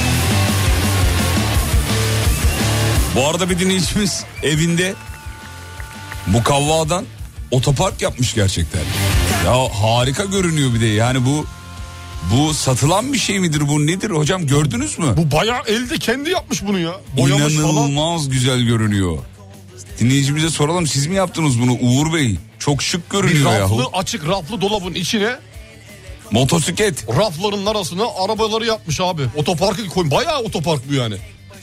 Bu arada bir dinleyicimiz evinde mukavvadan otopark yapmış gerçekten. Ya harika görünüyor bir de, yani bu satılan bir şey midir, bu nedir hocam, gördünüz mü? Bu bayağı elde kendi yapmış bunu ya. Boyamış İnanılmaz falan. güzel görünüyor. Dinleyicimize soralım, siz mi yaptınız bunu Uğur Bey? Çok şık görünüyor ya. yahu. Bir açık raflı dolabın içine motosiklet. Rafların arasına arabaları yapmış abi. Otoparkı koyun. Bayağı otopark bu yani.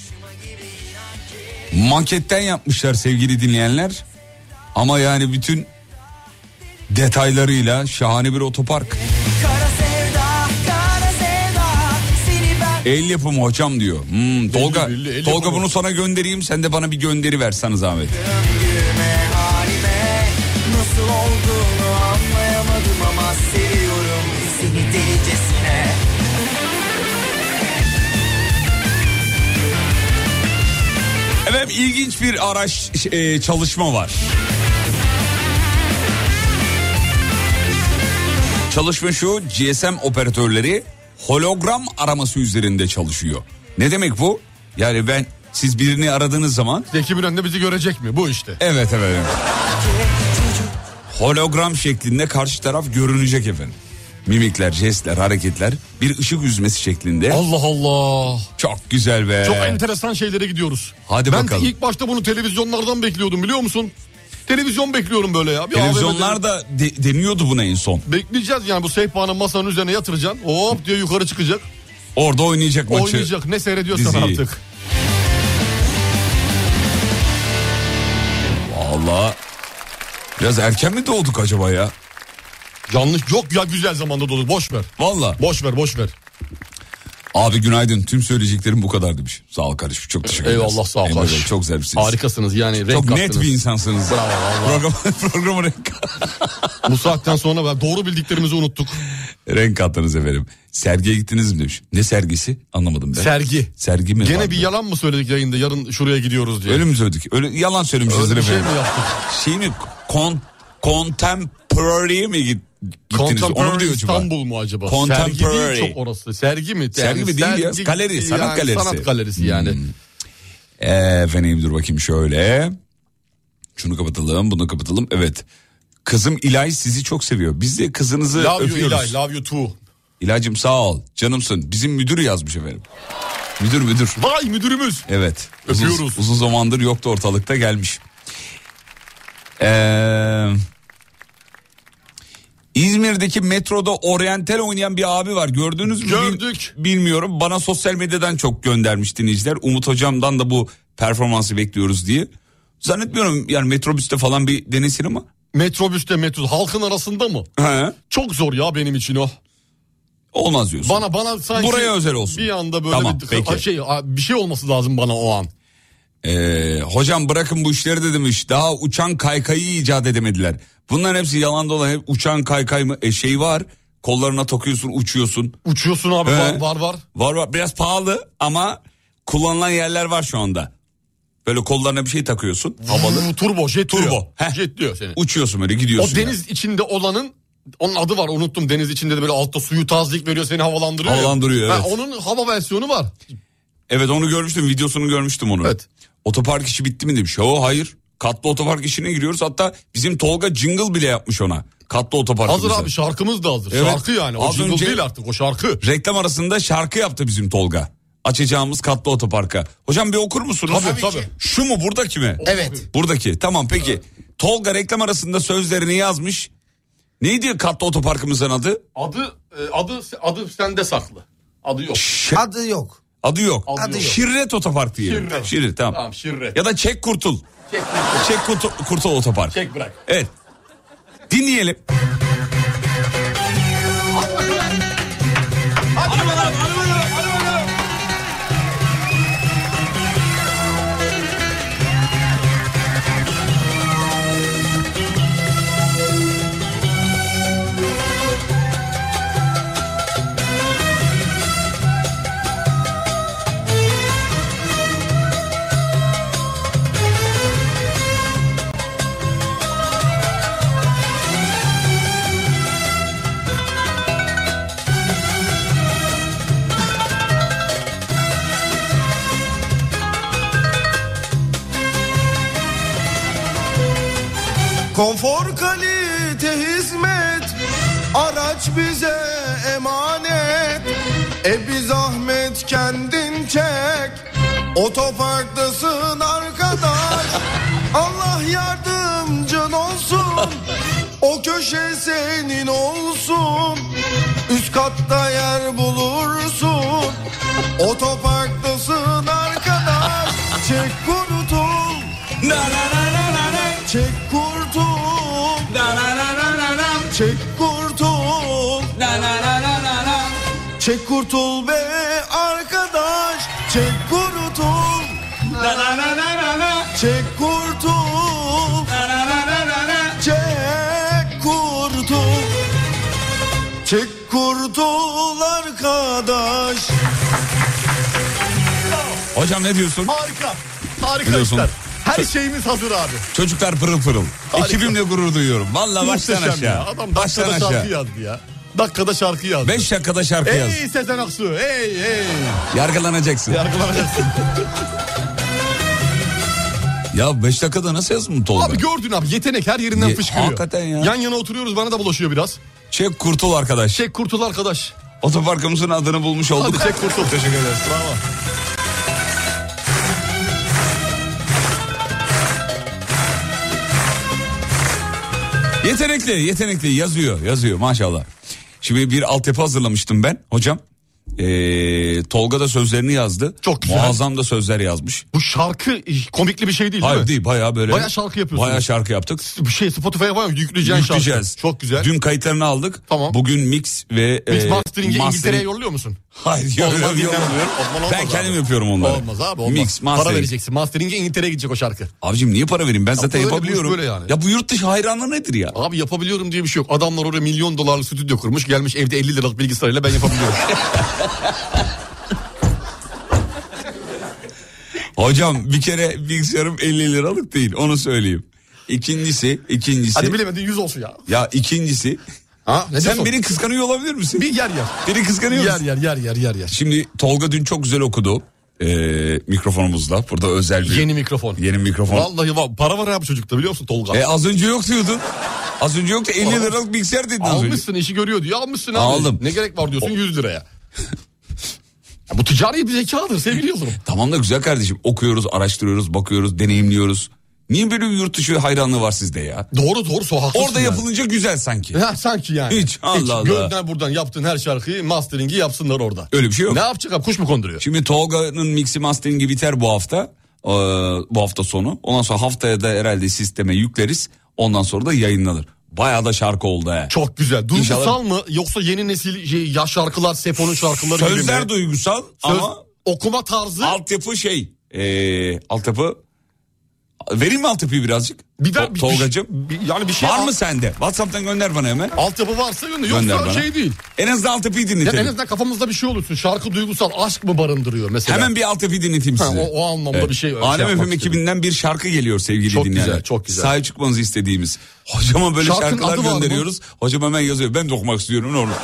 Maketten yapmışlar sevgili dinleyenler. Ama yani bütün detaylarıyla şahane bir otopark. Kara sevda, kara sevda, seni ben... El yapımı hocam diyor. Tolga, belli, Tolga bunu sana göndereyim, sen de bana bir gönderi ver sana zahmet. Gülme halime, nasıl olduğunu anlayamadım ama seviyorum seni delicesine. Evet, ilginç bir çalışma var. Çalışma şu: GSM operatörleri hologram araması üzerinde çalışıyor. Ne demek bu? Yani siz birini aradığınız zaman... Zeki Müren de bizi görecek mi? Bu işte. Evet. Hologram şeklinde karşı taraf görünecek efendim. Mimikler, jestler, hareketler, bir ışık yüzmesi şeklinde. Allah Allah. Çok güzel be. Çok enteresan şeylere gidiyoruz. Hadi bakalım. Ben ilk başta bunu televizyonlardan bekliyordum, biliyor musun? Televizyon bekliyorum böyle ya. Televizyonlar da deniyordu buna en son. Bekleyeceğiz yani, bu sehpanın masanın üzerine yatıracaksın. Hop diye yukarı çıkacak. Orada oynayacak maçı. Oynayacak, ne seyrediyorsan diziyi. artık. Vallahi biraz erken mi doğduk acaba ya? Yanlış yok ya, güzel zamanda doğduk, boş ver. Vallahi. Boş ver. Abi günaydın, tüm söyleyeceklerim bu kadar demiş. Sağ ol kardeşim, çok teşekkür ederiz. Eyvallah, sağ ol kardeşim. Çok güzelsiniz. Harikasınız yani, renk çok kattınız. net bir insansınız. Bravo. Programı renk Bu saatten sonra doğru bildiklerimizi unuttuk. Renk kattınız efendim. Sergiye gittiniz mi demiş. Ne sergisi? Anlamadım ben. Sergi mi? Gene vardı? bir yalan mı söyledik yayında, yarın şuraya gidiyoruz diye? Öyle mi söyledik? Öyle yalan söylemişizdir öyle bir efendim. şey mi yaptık? Şey mi? Contemporary mi gittiniz? Onu mu diyor acaba? İstanbul mu acaba? Contemporary. Sergi değil çok orası. Sergi mi? Sergi mi değil ya? Galeri, sanat galerisi. Sanat galerisi yani. Efendim dur bakayım şöyle. Şunu kapatalım, bunu kapatalım. Evet. Kızım İlay sizi çok seviyor. Biz de kızınızı öpüyoruz. İlay, love you too. İlaycığım sağ ol, canımsın. Bizim müdür yazmış efendim. Müdür. Vay müdürümüz. Evet. Öpüyoruz. Uzun zamandır yoktu ortalıkta, gelmiş. İzmir'deki metroda oryantal oynayan bir abi var. Gördünüz mü? Gördük. Bilmiyorum. Bana sosyal medyadan çok göndermiş dinleyiciler. Umut hocamdan da bu performansı bekliyoruz diye. Zannetmiyorum yani metrobüste falan bir denesin ama. Metrobüste halkın arasında mı? He. Çok zor ya benim için o. Olmaz diyorsun. Bana sanki buraya özel olsun. Bir anda böyle tamam, bir şey olması lazım bana o an. Hocam bırakın bu işleri de demiş. Daha uçan kaykayı icat edemediler. Bunların hepsi yalan dolan. Hep uçan kaykay mı? Şey var. Kollarına takıyorsun, uçuyorsun. Uçuyorsun abi, var. Var. Biraz pahalı ama kullanılan yerler var şu anda. Böyle kollarına bir şey takıyorsun. Havalı. Turbo. Jet diyor seni. Uçuyorsun böyle, gidiyorsun. O deniz içinde olanın, onun adı var, unuttum. Deniz içinde de böyle altta suyu tazelik veriyor, seni havalandırıyor. Havalandırıyor, evet. Onun hava versiyonu var. Evet, onu görmüştüm, videosunu görmüştüm onu. Evet. Otopark işi bitti mi demiş. Hayır. Katlı otopark işine giriyoruz. Hatta bizim Tolga jingle bile yapmış ona. Katlı otoparkımıza. Hazır abi, şarkımız da hazır. Evet. Şarkı yani. O Az jingle önce değil artık, o şarkı. reklam arasında şarkı yaptı bizim Tolga. Açacağımız katlı otoparka. Hocam bir okur musunuz? Tabii. Şu mu, buradaki mi? Evet. Buradaki. Tamam peki. Evet. Tolga reklam arasında sözlerini yazmış. Neydi katlı otoparkımızın adı? Adı sende saklı. Adı yok. Adı yok. Adı yok. Adı yok. Şirret otopark diyelim. Şirret tamam. Tamam, Şirret. Ya da Çek Kurtul. Çek Kurtul otopark. Çek bırak. Evet. Dinleyelim. Konfor, kalite, hizmet, araç bize emanet. Bir zahmet kendin çek, otoparktasın arkadaş. Allah yardımcın olsun, o köşe senin olsun. Üst katta yer bulursun, otoparktasın arkadaş. Çek kurtul, çek kurtul, çek kurtul, çek kurtul be arkadaş. Çek kurtul, çek kurtul, çek kurtul, çek kurtul arkadaş. Hocam ne diyorsun? Harika. Harika Biliyorsun. işler. Her şeyimiz hazır abi. Çocuklar pırıl pırıl. Harika. Ekibimle gurur duyuyorum. Vallahi baştan Muhteşem ya. aşağı. Adam Baştan dakikada aşağı. şarkı yazdı ya. Dakikada şarkı yazdı. 5 dakikada şarkı yaz. Ey Sezen Aksu, ey. Yargılanacaksın. Yargılanacaksın. Ya 5 dakikada nasıl yazdın Tolga? Abi gördün abi, yetenek her yerinden fışkırıyor. Hakikaten ya. Yan yana oturuyoruz, bana da bulaşıyor biraz. Çek kurtul arkadaş. Çek kurtul arkadaş. Otoparkımızın adını bulmuş olduk. Hadi çek kurtul. Teşekkür ederiz. Bravo. Yetenekli yazıyor maşallah. Şimdi bir altyapı hazırlamıştım ben hocam. Tolga da sözlerini yazdı. Çok güzel. Muazzam da sözler yazmış. Bu şarkı komikli bir şey değil, Hayır mi? değil, bayağı böyle. Bayağı şarkı yapıyorsunuz. Bayağı şarkı yaptık. Bir şey Spotify'a var, yükleyeceğiz. Çok güzel. Dün kayıtlarını aldık. Tamam. Bugün mix ve Mix mastering'e İngiltere'ye yolluyor musun? Hayır Olmaz, yok. dinlemiyorum. Ben kendim yapıyorum onları. Olmaz abi, olmaz. Mix, mastering. Para vereceksin. Mastering'e İngiltere'ye gidecek o şarkı. Abicim niye para vereyim? Ben zaten böyle, yapabiliyorum. böyle yani. Ya bu yurt dışı hayranlığı nedir ya? Abi yapabiliyorum diye bir şey yok. Adamlar oraya milyon dolarlık stüdyo kurmuş. Gelmiş evde 50 liralık bilgisayarıyla ben yapabiliyorum. Hocam bir kere bilgisayarım 50 liralık değil, onu söyleyeyim. İkincisi. Hadi bilemedin 100 olsun ya. Ya ikincisi. Ha, ne sen diyorsun? beni kıskanıyor olabilir misin? Bir yer. Beni kıskanıyor musun? Yer. Şimdi Tolga dün çok güzel okudu. Mikrofonumuzla. Burada özel bir. Yeni mikrofon. Vallahi para var abi çocukta, biliyor musun Tolga? Az önce yok diyordun. Az önce yoktu, 50 liralık bilgisayar dedin az önce. Almışsın, işi görüyor diye almışsın abi. Aldım. Ne gerek var diyorsun 100 liraya. Ya bu ticari bir zekadır sevgili Yıldırım. Tamam da güzel kardeşim, okuyoruz, araştırıyoruz, bakıyoruz, deneyimliyoruz. Niye böyle bir yurt dışı hayranlığı var sizde ya? Doğru haklısın. Orada yapılınca güzel sanki. Ha, sanki yani. Hiç Allah. Gönlden buradan yaptığın her şarkıyı mastering'i yapsınlar orada. Öyle bir şey yok. Ne yapacak abi, kuş mu konduruyor? Şimdi Tolga'nın mixi masteringi biter bu hafta. Bu hafta sonu. Ondan sonra haftaya da herhalde sisteme yükleriz. Ondan sonra da yayınlanır. Bayağı da şarkı oldu he. Çok güzel. Duygusal İnşallah... mı yoksa yeni nesil yaş şarkılar, Sefo'nun şarkıları gibi mi? Sözler duygusal ama okuma tarzı. Altyapı altyapı. Vereyim mi altyapıyı birazcık? Tolgacığım. Yani bir şey var mı sende? WhatsApp'tan gönder bana hemen. Altyapı varsa gönder bana. Şey değil. En azından altyapıyı dinletelim. En azından kafamızda bir şey olursun. Şarkı duygusal, aşk mı barındırıyor mesela? Hemen bir altyapıyı dinleteyim size. O anlamda bir şey. Alem FM ekibinden bir şarkı geliyor sevgili dinleyenler. Çok güzel. Sahip çıkmanızı istediğimiz. Hocama böyle şarkılar gönderiyoruz. Hocam hemen yazıyor. Ben de okumak istiyorum, ne olur.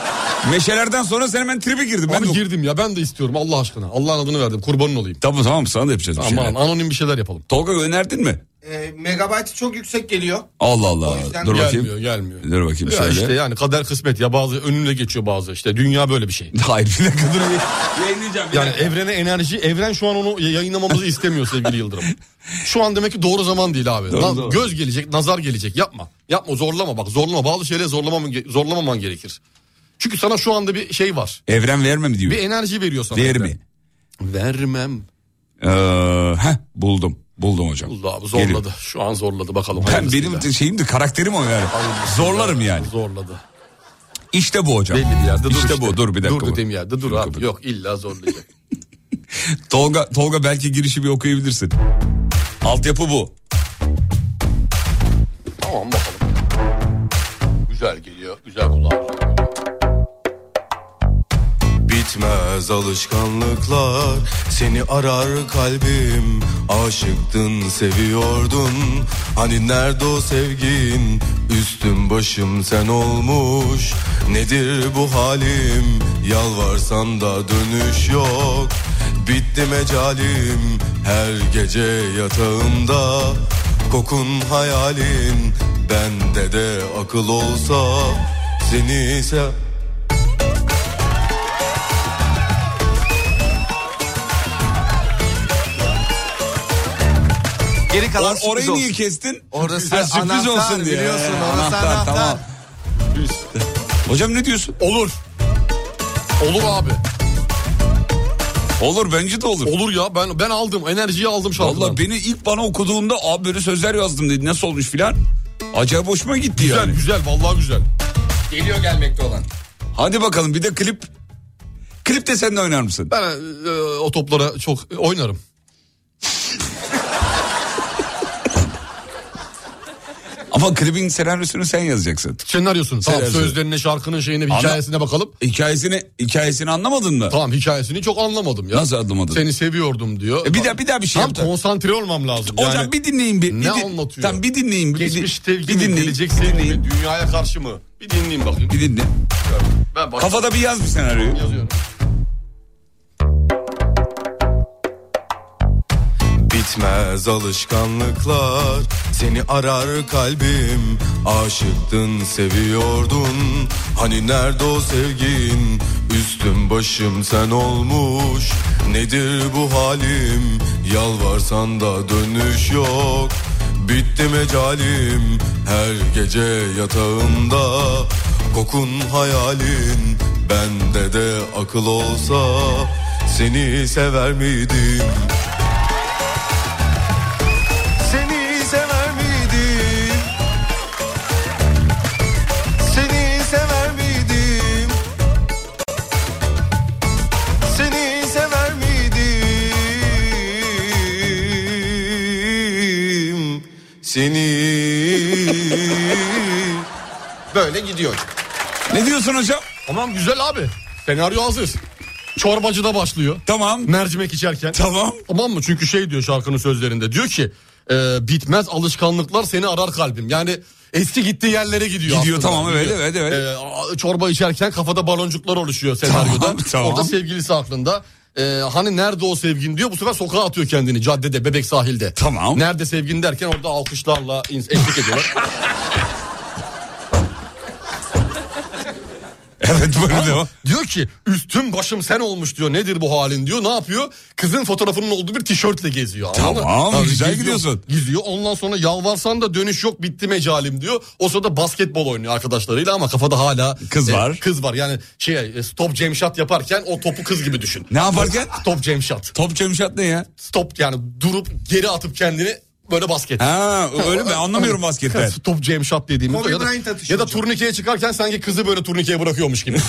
Meşelerden sonra sen hemen tribe girdin. Abi girdim ya, ben de istiyorum Allah aşkına. Allah'ın adını verdim, kurbanın olayım. Tamam sana da yapacağız bir şeyler. Aman anonim bir şeyler yapalım. Tolga önerdin mi? Megabaytı çok yüksek geliyor. Allah Allah. Dur bakayım. Gelmiyor. Dur bakayım ya şöyle. işte yani kader kısmet ya, bazı önüne geçiyor bazı, işte dünya böyle bir şey. Hayır bir dakika dur. Yayınlayacağım. Yani evrene enerji, evren şu an onu yayınlamamızı istemiyor sevgili Yıldırım. Şu an demek ki doğru zaman değil abi. Doğru. Göz gelecek, nazar gelecek, yapma. Yapma, zorlama, bak zorlama, bazı şeyleri zorlamaman gerekir. Çünkü sana şu anda bir şey var. Evren verme mi diyor? Bir enerji veriyor sana. Ver mi? Vermem. Buldum hocam. Buldu abi, zorladı. Geliyor. Şu an zorladı, bakalım. Benim şeyimdi, karakterim o yani. Zorlarım yani. Zorladı. İşte bu hocam. Belli bir yerde dur işte bu, dur bir dakika. Dur dediğim yerde dur abi. Yok, illa zorlayacak. Tolga belki girişi bir okuyabilirsin. Altyapı bu. Tamam bakalım. Güzel geliyor. Güzel kulağım. Bitmez alışkanlıklar, seni arar kalbim. Aşıktın, seviyordun, hani nerede o sevgin? Üstüm başım sen olmuş, nedir bu halim? Yalvarsan da dönüş yok, bitti mecalim. Her gece yatağımda kokun hayalin. Bende de akıl olsa seni Geri kalan Orayı olsun. niye kestin? Orası sürpriz anahtar, olsun diye. biliyorsun, orası anahtar. Tamam. Hocam ne diyorsun? Olur. Olur abi. Olur, bence de olur. Olur ya, ben aldım, enerjiyi aldım şarkıdan. Valla beni ilk bana okuduğunda abi böyle sözler yazdım dedi, nasıl olmuş filan. Acayip hoşuma gitti güzel, yani. Güzel vallahi güzel. Geliyor gelmekte olan. Hadi bakalım, bir de klip. Klipte sen de oynar mısın? Ben o toplara çok oynarım. Ama klibin senaryosunu sen yazacaksın. Senaryosunu. Tamam, Senaryosu. sözlerine, şarkının şeyine, hikayesine bakalım. Hikayesini anlamadın mı? Tamam, hikayesini çok anlamadım ya. Nasıl anlamadın? Seni seviyordum diyor. Bir daha bir şey yap. Tam konsantre olmam lazım. Hocam yani, bir dinleyin bir. Ne anlatıyor? Tamam bir dinleyin. Geçmiş sevgi bir mi, dinleyin. gelecek sevgi mi, dünyaya karşı mı? Bir dinleyin bakayım. Bir dinle. Ben Kafada bir yaz bir senaryoyu. yazıyorum. Bitmez alışkanlıklar, seni arar kalbim. Aşıktın, seviyordun, hani nerede o sevgin? Üstüm başım sen olmuş, nedir bu halim? Yalvarsan da dönüş yok, bitti mecalim. Her gece yatağımda kokun hayalin. Bende de akıl olsa seni sever miydim? Seni sever miydim? Seni sever miydim? Seni sever miydim? Seni... Böyle gidiyor. Ne diyorsun hocam? Tamam, güzel abi. Senaryo hazır. Çorbacıda başlıyor. Tamam. Mercimek içerken. Tamam. Tamam mı? Çünkü şey diyor şarkının sözlerinde. Diyor ki bitmez alışkanlıklar, seni arar kalbim. Yani eski gittiği yerlere gidiyor. Gidiyor, aslında. tamam, evet. Çorba içerken kafada baloncuklar oluşuyor senaryoda. Tamam. Orada sevgilisi aklında. Hani nerede o sevgin diyor. Bu sefer sokağa atıyor kendini, caddede, Bebek sahilde. Tamam. Nerede sevgin derken orada alkışlarla eşlik ediyorlar. Evet böyle de o. Diyor ki üstüm başım sen olmuş diyor, nedir bu halin diyor. Ne yapıyor? Kızın fotoğrafının olduğu bir tişörtle geziyor. Tamam, güzel gidiyorsun. Gidiyor, ondan sonra yalvarsan da dönüş yok, bitti mecalim diyor. O sırada basketbol oynuyor arkadaşlarıyla ama kafada hala kız var. Kız var yani stop cemşat yaparken o topu kız gibi düşün. Ne yaparken? Stop cemşat. Top cemşat ne ya? Stop yani durup geri atıp kendini böyle basket. Ha öyle mi? Anlamıyorum basketten. Stop cemşat dediğimizde ya da turnikeye çıkarken sanki kızı böyle turnikeye bırakıyormuş gibi.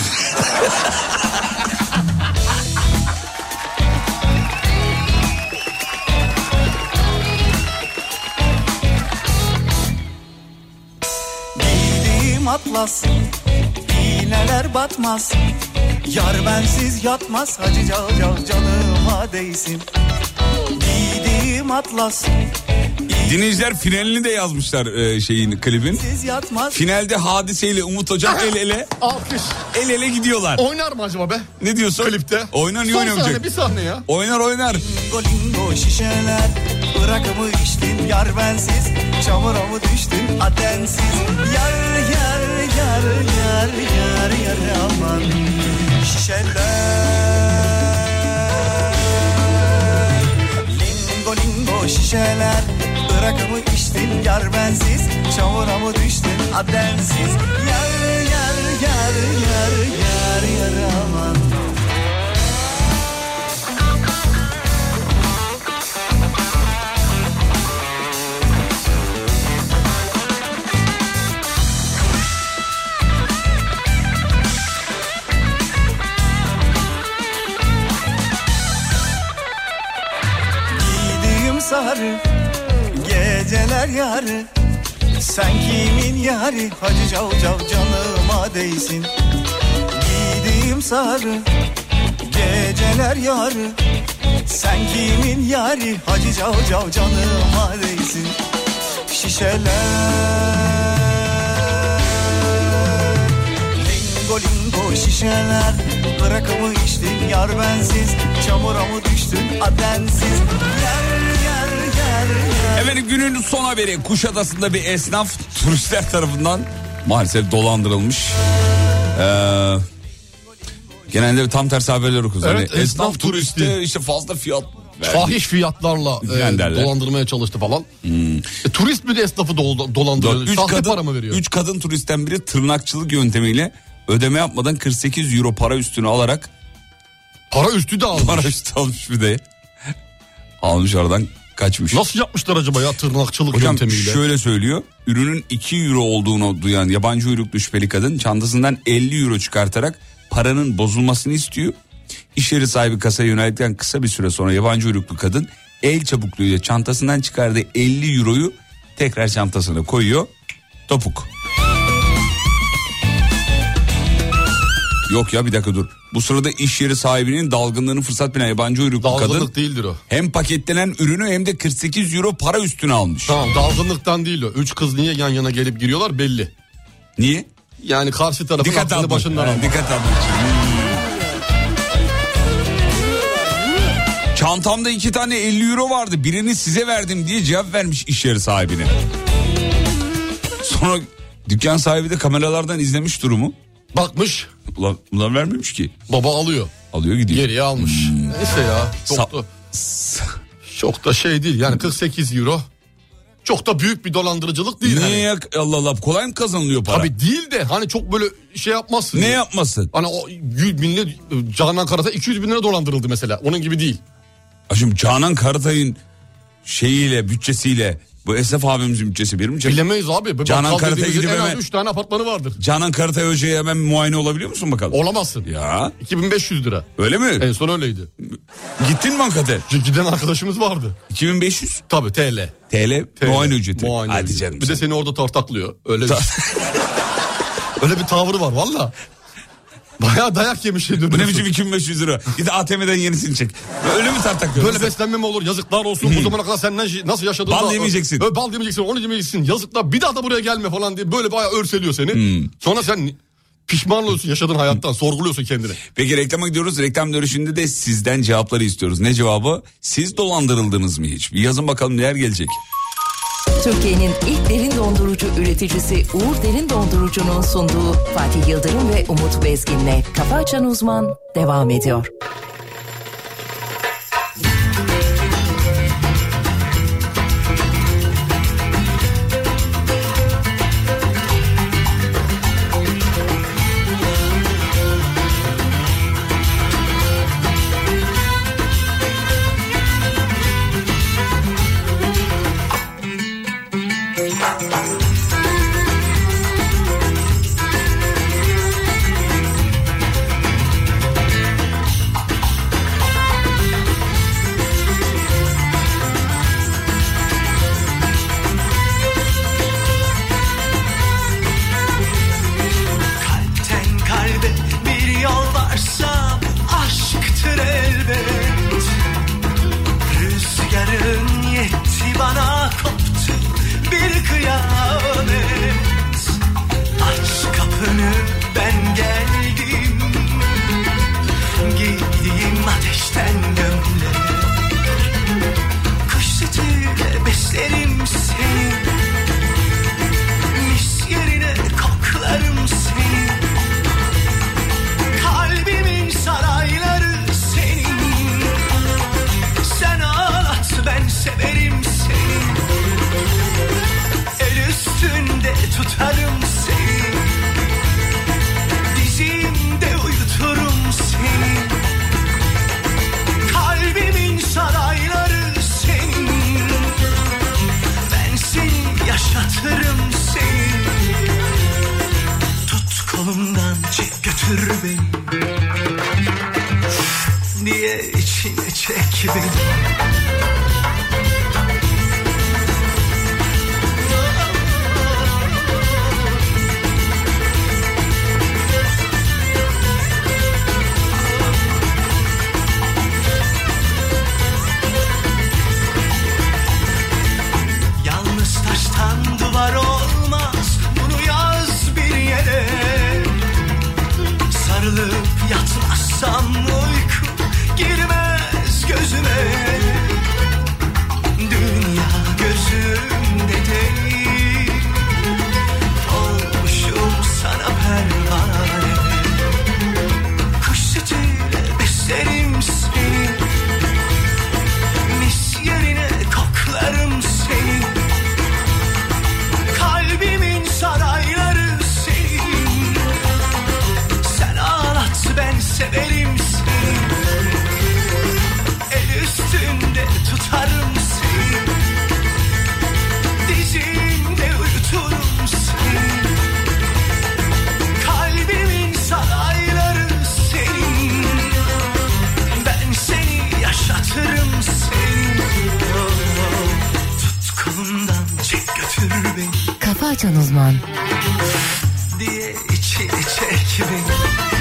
Giydiğim atlas, iğneler batmaz. Yar bensiz yatmaz, hacı cal cal canıma değsin. Giydiğim atlas, Dinleyiciler finalini de yazmışlar şeyin, klibin. Finalde Hadise ile Umut Hocam el ele. Alkış. El ele gidiyorlar. Oynar mı acaba be? Ne diyorsun? Klipte. Oynar, niye Son oynamayacak? sahne, bir sahne ya. Oynar. Lingo lingo şişeler, bırakımı içtin yar bensiz, çamura mı düştün adensiz, yar yar yar yar yar yar aman şişeler. Lingo lingo şişeler, bırakımı içtin yar bensiz, çamura mı düştün adensiz, yar yar yar yar yar yar aman. Sarı geceler yarı, sen kimin yarı, hacı cav cav canıma değsin. Giydiğim sarı geceler yarı, sen kimin yarı, hacı cav cav canıma değsin. Şişeler lingo lingo şişeler, bırakımı içtin yar bensiz, çamura mı düştün adensiz, yar. Efendim günün son haberi, Kuşadası'nda bir esnaf turistler tarafından maalesef dolandırılmış. Genelde tam tersi haberler okuruz. Evet, hani esnaf turisti işte fazla fiyat fahiş fiyatlarla dolandırmaya çalıştı falan. Turist mi de esnafı dolandırıyor? Sahte para mı veriyor? 3 kadın turistten biri tırnakçılık yöntemiyle ödeme yapmadan 48 euro para üstünü alarak. Para üstü de almış. Para üstü almış bir de. Almış oradan kaçmış. Nasıl yapmışlar acaba ya tırnakçılık yöntemiyle? Hocam şöyle söylüyor. Ürünün 2 euro olduğunu duyan yabancı uyruklu şüpheli kadın çantasından 50 euro çıkartarak paranın bozulmasını istiyor. İş yeri sahibi kasaya yöneldikten kısa bir süre sonra yabancı uyruklu kadın el çabukluğuyla çantasından çıkardığı 50 euroyu tekrar çantasına koyuyor. Topuk. Yok ya, bir dakika dur. Bu sırada iş yeri sahibinin dalgınlığını fırsat bilen yabancı uyruklu kadın. Dalgınlık değildir o. Hem paketlenen ürünü hem de 48 euro para üstüne almış. Tamam, dalgınlıktan değil o. 3 kız niye yan yana gelip giriyorlar belli. Niye? Yani karşı tarafın dikkat aklını başından almak. Dikkat almak için. Çantamda 2 tane 50 euro vardı, birini size verdim diye cevap vermiş iş yeri sahibine. Sonra dükkan sahibi de kameralardan izlemiş durumu. Bakmış. Ulan vermemiş ki. Baba alıyor. Alıyor gidiyor. Geriye almış. Neyse ya. Çok da şey değil yani 48 euro. Çok da büyük bir dolandırıcılık değil. Niye hani. Allah Allah, kolay mı kazanılıyor para? Tabii değil de hani çok böyle şey yapmazsın. Ne yapmasın? Hani o 100 binle Canan Karatay 200 bin lira dolandırıldı mesela. Onun gibi değil. Şimdi Canan Karatay'ın şeyiyle, bütçesiyle bu esnaf abimizin bütçesi bir mi? Bilemeyiz abi. Canan Karatay'a gidip en az hemen 3 tane apartmanı vardır. Canan Karatay hocaya hemen muayene olabiliyor musun bakalım? Olamazsın. Ya. 2500 lira. Öyle mi? En son öyleydi. Gittin mi hakikaten? Giden arkadaşımız vardı. 2500? Tabii TL. Muayene ücreti. Hadi ücreti. canım. Bir de seni orada tartaklıyor. Öyle öyle bir tavrı var valla. Bayağı dayak yemiş şey dönüyorsun. Bu ne biçim 2500 lira? Git ATM'den yenisini çek. Öyle mi tartaklıyor? Böyle beslenme mi olur? Yazıklar olsun. Bu zamana kadar sen nasıl yaşadın? Bal yemeyeceksin. Bal yemeyeceksin, onu yemeyeceksin. Yazıklar, bir daha da buraya gelme falan diye böyle bayağı örseliyor seni. Sonra sen pişman oluyorsun yaşadığın hayattan. Sorguluyorsun kendini. Peki reklama gidiyoruz. Reklam dönüşünde de sizden cevapları istiyoruz. Ne cevabı? Siz dolandırıldınız mı hiç? Bir yazın bakalım neler gelecek. Türkiye'nin ilk derin dondurucu üreticisi Uğur Derin Dondurucu'nun sunduğu Fatih Yıldırım ve Umut Bezgin'le Kafa Açan Uzman devam ediyor. diye içine çek beni. Yalnız taştan duvar olmaz, bunu yaz bir yere. Sarılıp yatmazsam uyku girmez gözüme. Dünya gözümde değil, olmuşum sana pervane. Kuş sütüyle beslerim seni, mis yerine koklarım seni. Kalbimin sarayları senin, sen ağlat ben severim seni. El üstünde tutarım seni, dizimde uyuturum seni. Kalbimin sarayları senin, ben seni yaşatırım seni. Tut kolumdan çek götür beni Kafa Açan Uzman. diye içine çek beni.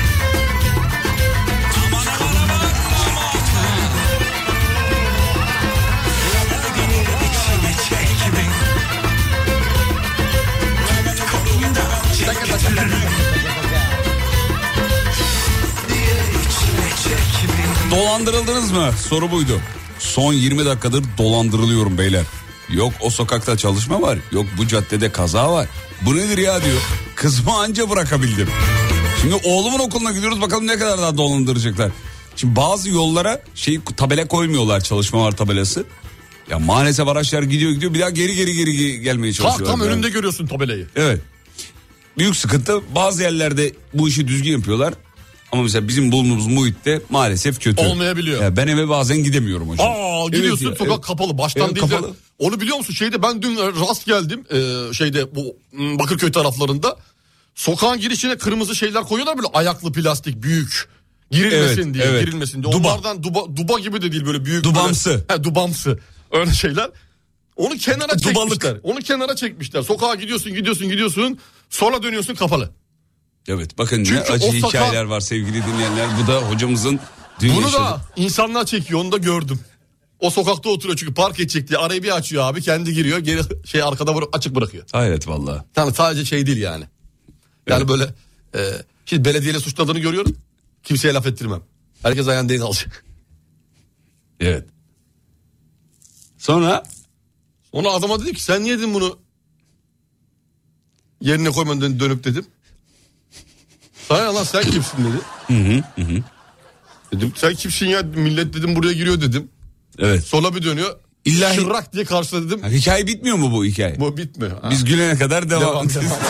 Dolandırıldınız mı? Soru buydu. Son 20 dakikadır dolandırılıyorum beyler. Yok o sokakta çalışma var. Yok bu caddede kaza var. Bu nedir ya diyor. Kızımı anca bırakabildim. Şimdi oğlumun okuluna gidiyoruz, bakalım ne kadar daha dolandıracaklar. Şimdi bazı yollara tabela koymuyorlar, çalışma var tabelası. Ya maalesef araçlar gidiyor bir daha geri gelmeye çalışıyorlar. Tam önünde görüyorsun tabelayı. Evet. Büyük sıkıntı, bazı yerlerde bu işi düzgün yapıyorlar. Ama mesela bizim bulunduğumuz muhitte maalesef kötü. Olmayabiliyor. Ya ben eve bazen gidemiyorum hocam. Gidiyorsun evet, sokak kapalı. Baştan değil kapalı. de. Onu biliyor musun? Ben dün rast geldim. Bu Bakırköy taraflarında. Sokağın girişine kırmızı şeyler koyuyorlar, böyle ayaklı plastik büyük. Girilmesin diye. Girilmesin diye. Onlardan duba gibi de değil, böyle büyük. Dubamsı. Dubamsı. Öyle şeyler. Onu kenara çekmişler. Onu kenara çekmişler. Sokağa gidiyorsun. Sonra dönüyorsun, kapalı. Evet, bakın Çünkü ne acı hikayeler var sevgili dinleyenler. Bu da hocamızın dün bunu yaşadı. da insanlar çekiyor, onu da gördüm. O sokakta oturuyor çünkü park edecek diye, arayı bir açıyor abi, kendi giriyor, geri arkada açık bırakıyor. Hayret vallahi. Yani sadece değil yani. Yani böyle şimdi belediyeyle suçladığını görüyorum. Kimseye laf ettirmem. Herkes ayağını denk alacak. Evet. Sonra adama dedi ki sen niye dedin bunu yerine koymadın, dönüp dedim. Sana lan sen kimsin dedi. Hı. Dedim sen kimsin ya, millet dedim buraya giriyor dedim. Evet. Sola bir dönüyor. İllahi... Şırrak diye karşıladım. Hikaye bitmiyor mu bu hikaye? Bu bitmiyor. Biz gülene kadar devam.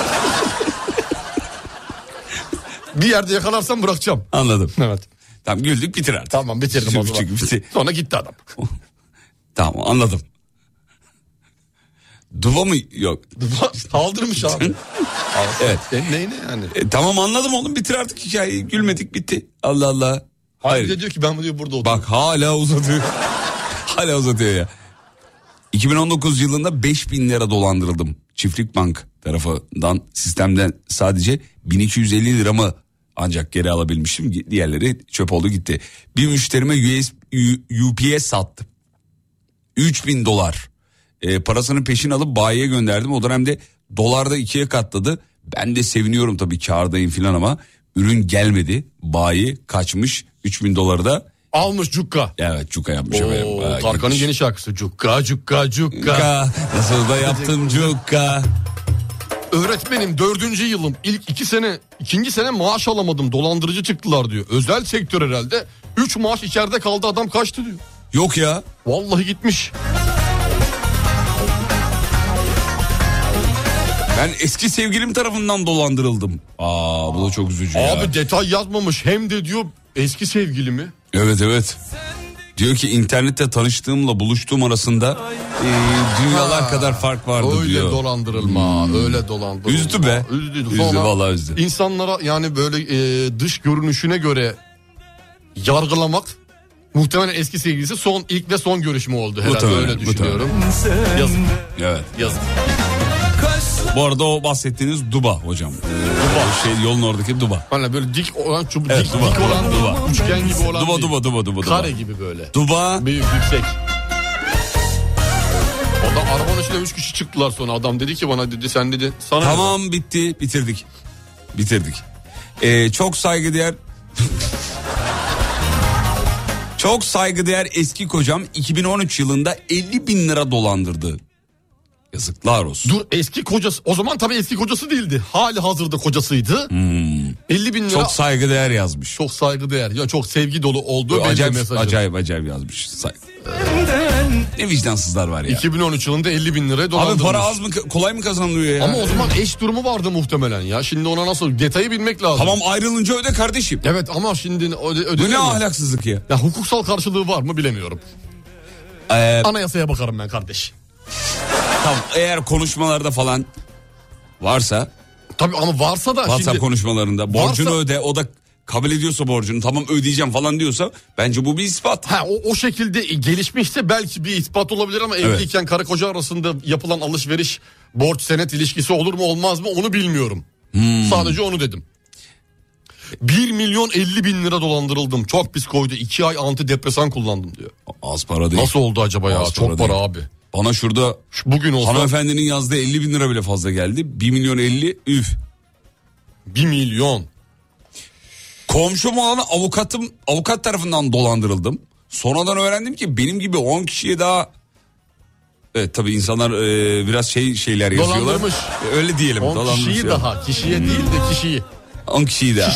Bir yerde yakalarsam bırakacağım. Anladım. Evet. Tamam, güldük, bitir artık. Tamam, bitirdim o zaman. Sonra gitti adam. Tamam, anladım. Duva mı? Yok. Duva kaldırmış abi. Evet. Neyine yani? Tamam, anladım oğlum, bitir artık hikayeyi. Gülmedik, bitti. Allah Allah. Hayır. De diyor ki ben diyor burada oturuyorum. Bak hala uzatıyor. Hala uzatıyor ya. 2019 yılında 5.000 lira dolandırıldım. Çiftlik Bank tarafından, sistemden sadece 1250 liramı ancak geri alabilmiştim. Diğerleri çöp oldu gitti. Bir müşterime UPS sattım. $3.000. Parasını peşin alıp bayiye gönderdim. O dönemde dolar da 2'ye katladı. Ben de seviniyorum tabii, kârdayım filan, ama ürün gelmedi. Bayi kaçmış, $3.000 da almış cukka. Evet, cukka yapmış. Tarkan'ın yeni şarkısı cukka. Nasıl da yaptım cukka. Öğretmenim 4. yılım, ikinci sene maaş alamadım, dolandırıcı çıktılar diyor. Özel sektör herhalde. 3 maaş içeride kaldı, adam kaçtı diyor. Yok ya. Vallahi gitmiş. Ben eski sevgilim tarafından dolandırıldım. Bu da çok üzücü ya. Abi detay yazmamış, hem de diyor eski sevgili mi? Evet. Diyor ki internette tanıştığımla buluştuğum arasında dünyalar kadar fark vardı öyle diyor. Öyle dolandırılma. Üzdü be. Üzdü vallahi üzdü. İnsanlara yani böyle dış görünüşüne göre yargılamak Muhtemelen eski sevgilisi ilk ve son görüşümü oldu herhalde, öyle düşünüyorum. Yazık. Evet. Yazık. Bu arada o bahsettiğiniz Duba hocam. Duba. Yolun oradaki Duba. Hani böyle dik olan çubuk, evet, dik Duba. olan Duba. Üçgen gibi olan Duba. Kare gibi böyle. Duba. Büyük, yüksek. O da arabanın içinde 3 kişi çıktılar sonra. Adam dedi ki bana, dedi sen dedi. Sana tamam dedi. Bitirdik. Çok saygıdeğer çok saygıdeğer eski kocam 2013 yılında 50 bin lira dolandırdı. Yazıklar olsun. Dur, eski kocası. O zaman tabii eski kocası değildi. Hali hazırda kocasıydı. 50 bin lira. Çok saygıdeğer yazmış. Çok saygıdeğer. Ya çok sevgi dolu olduğu belli mesajı. Acayip yazmış. Ne vicdansızlar var ya. 2013 yılında 50 bin liraya dolandırmış. Abi para az mı, kolay mı kazanılıyor ya? Ama o zaman eş durumu vardı muhtemelen ya. Şimdi ona nasıl, detayı bilmek lazım. Tamam, ayrılınca öde kardeşim. Evet ama şimdi ödeniyor. Bu ne mu? ahlaksızlık ya? Ya hukuksal karşılığı var mı bilemiyorum. Anayasaya bakarım ben kardeş. Tamam, eğer konuşmalarda falan varsa. Tabii ama varsa da WhatsApp şimdi. konuşmalarında borcunu öde, o da kabul ediyorsa borcunu, tamam ödeyeceğim falan diyorsa bence bu bir ispat. O şekilde gelişmişse belki bir ispat olabilir ama evliyken karı koca arasında yapılan alışveriş borç senet ilişkisi olur mu olmaz mı onu bilmiyorum. Sadece onu dedim. 1 milyon 50 bin lira dolandırıldım. Çok pis koydu. 2 ay antidepresan kullandım diyor. Az para değil. Nasıl oldu acaba ya? Çok para abi. Bana şurada bugün olsa hanımefendinin yazdığı 50 bin lira bile fazla geldi. 1 milyon 50 üf. 1 milyon. Komşum olan avukat tarafından dolandırıldım. Sonradan öğrendim ki benim gibi 10 kişiye daha... Evet tabii insanlar biraz şeyler yazıyorlar. Dolandırmış. Öyle diyelim. 10 kişiyi daha. Kişiye değil de kişiyi. 10 kişiyi daha.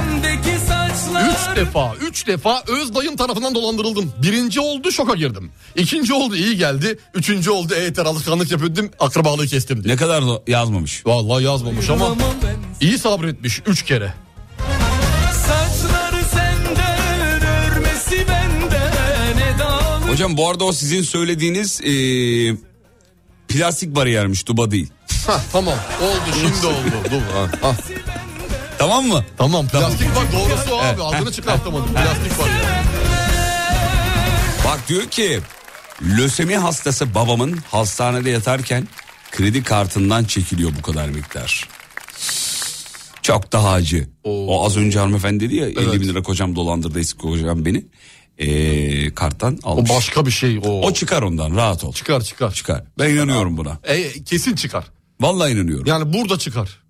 3 defa öz dayım tarafından dolandırıldım. Birinci oldu, şoka girdim. İkinci oldu, iyi geldi. Üçüncü oldu, yeter alışkanlık yapıyordum, akrabalığı kestim diye. Ne kadar yazmamış. Vallahi yazmamış ama iyi sabretmiş 3 kere. Saçları senden, örmesi benden, edalı. Hocam bu arada o sizin söylediğiniz plastik bariyermiş, Duba değil. Tamam oldu, şimdi oldu. Duba. Tamam mı? Tamam, plastik var, doğrusu abi, adını çıkartamadım, plastik var ya. Bak diyor ki lösemi hastası babamın hastanede yatarken kredi kartından çekiliyor bu kadar miktar. Çok daha acı. O az önce hanımefendi dedi ya, 50 bin lira kocam dolandırdı, eski kocam beni. Karttan almış. O başka bir şey. O çıkar ondan, rahat ol. Çıkar. Ben inanıyorum buna. Kesin çıkar. Vallahi inanıyorum. Yani burada çıkar.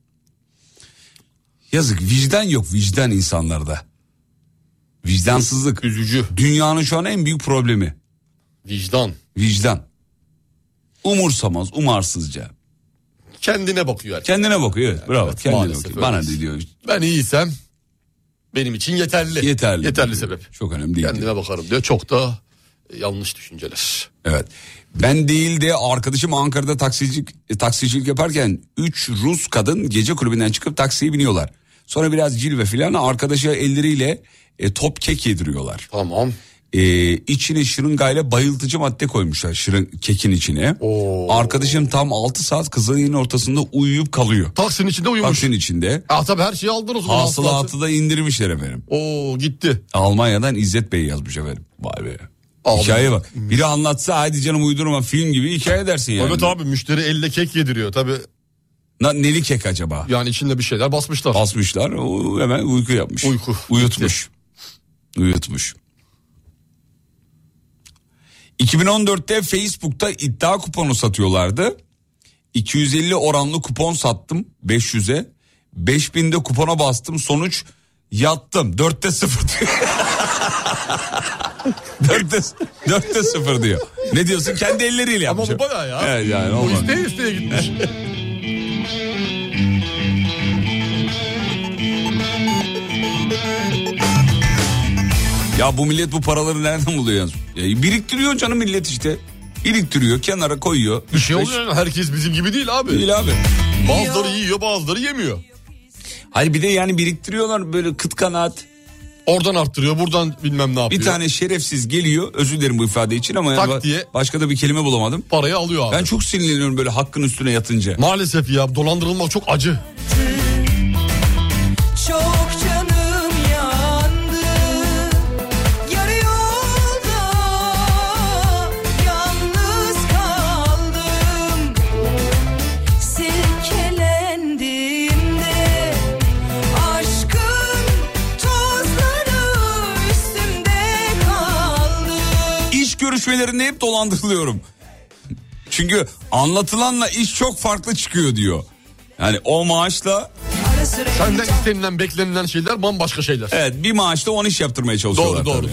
Yazık, vicdan yok, vicdan insanlarda. Vicdansızlık. Üzücü. Dünyanın şu an en büyük problemi. Vicdan. Umursamaz, umarsızca. Kendine bakıyor. Kendine bakıyor, evet. Bravo. Evet, kendine bakıyor. Bana ne diyor? Ben iyiysem benim için yeterli. Yeterli sebep. Çok önemli değil. Kendime bakarım diyor. Çok da yanlış düşünceler. Evet. Ben değil de arkadaşım Ankara'da taksicilik yaparken 3 Rus kadın gece kulübünden çıkıp taksiye biniyorlar. Sonra biraz cilve filan, arkadaşa elleriyle top kek yediriyorlar. Tamam. İçine şırıngayla bayıltıcı madde koymuşlar kekin içine. Arkadaşım tam 6 saat Kızılay'ın ortasında uyuyup kalıyor. Taksinin içinde uyumuş. Taksinin içinde. Tabii her şeyi aldın o zaman. Hasılatı da indirmişler efendim. Gitti. Almanya'dan İzzet Bey yazmış efendim. Vay be. Aldım. Hikaye bak. Biri anlatsa hadi canım uydurma, film gibi hikaye dersin yani. Evet abi, müşteri elle kek yediriyor tabii. Neli kek acaba? Yani içinde bir şeyler basmışlar. O hemen uyku yapmış. Uyutmuş. 2014'te Facebook'ta iddia kuponu satıyorlardı. 250 oranlı kupon sattım 500'e. 5000'de kupona bastım, sonuç yattım. 4'te 0 diyor. 4'te 0 diyor. Ne diyorsun? Kendi elleriyle yapmış. Ama bu bayağı ya. Evet, yani o isteye gitmiş. Ya bu millet bu paraları nereden buluyor yalnız? Biriktiriyor canım millet işte. Biriktiriyor, kenara koyuyor. Bir şey oluyor, herkes bizim gibi değil abi. Değil abi. Bazıları yiyor, bazıları yemiyor. Hayır, bir de yani biriktiriyorlar böyle kıt kanaat. Oradan arttırıyor, buradan bilmem ne yapıyor. Bir tane şerefsiz geliyor, özür dilerim bu ifade için ama tak diye başka da bir kelime bulamadım. Parayı alıyor abi. Ben çok sinirleniyorum böyle hakkın üstüne yatınca. Maalesef ya, dolandırılmak çok acı. Çok canım yandı, yarıyor görüşmelerinde hep dolandırılıyorum. Çünkü anlatılanla iş çok farklı çıkıyor diyor. Yani o maaşla... Senden istenilen, beklenilen şeyler bambaşka şeyler. Evet, bir maaşla 10 iş yaptırmaya çalışıyorlar. Doğru.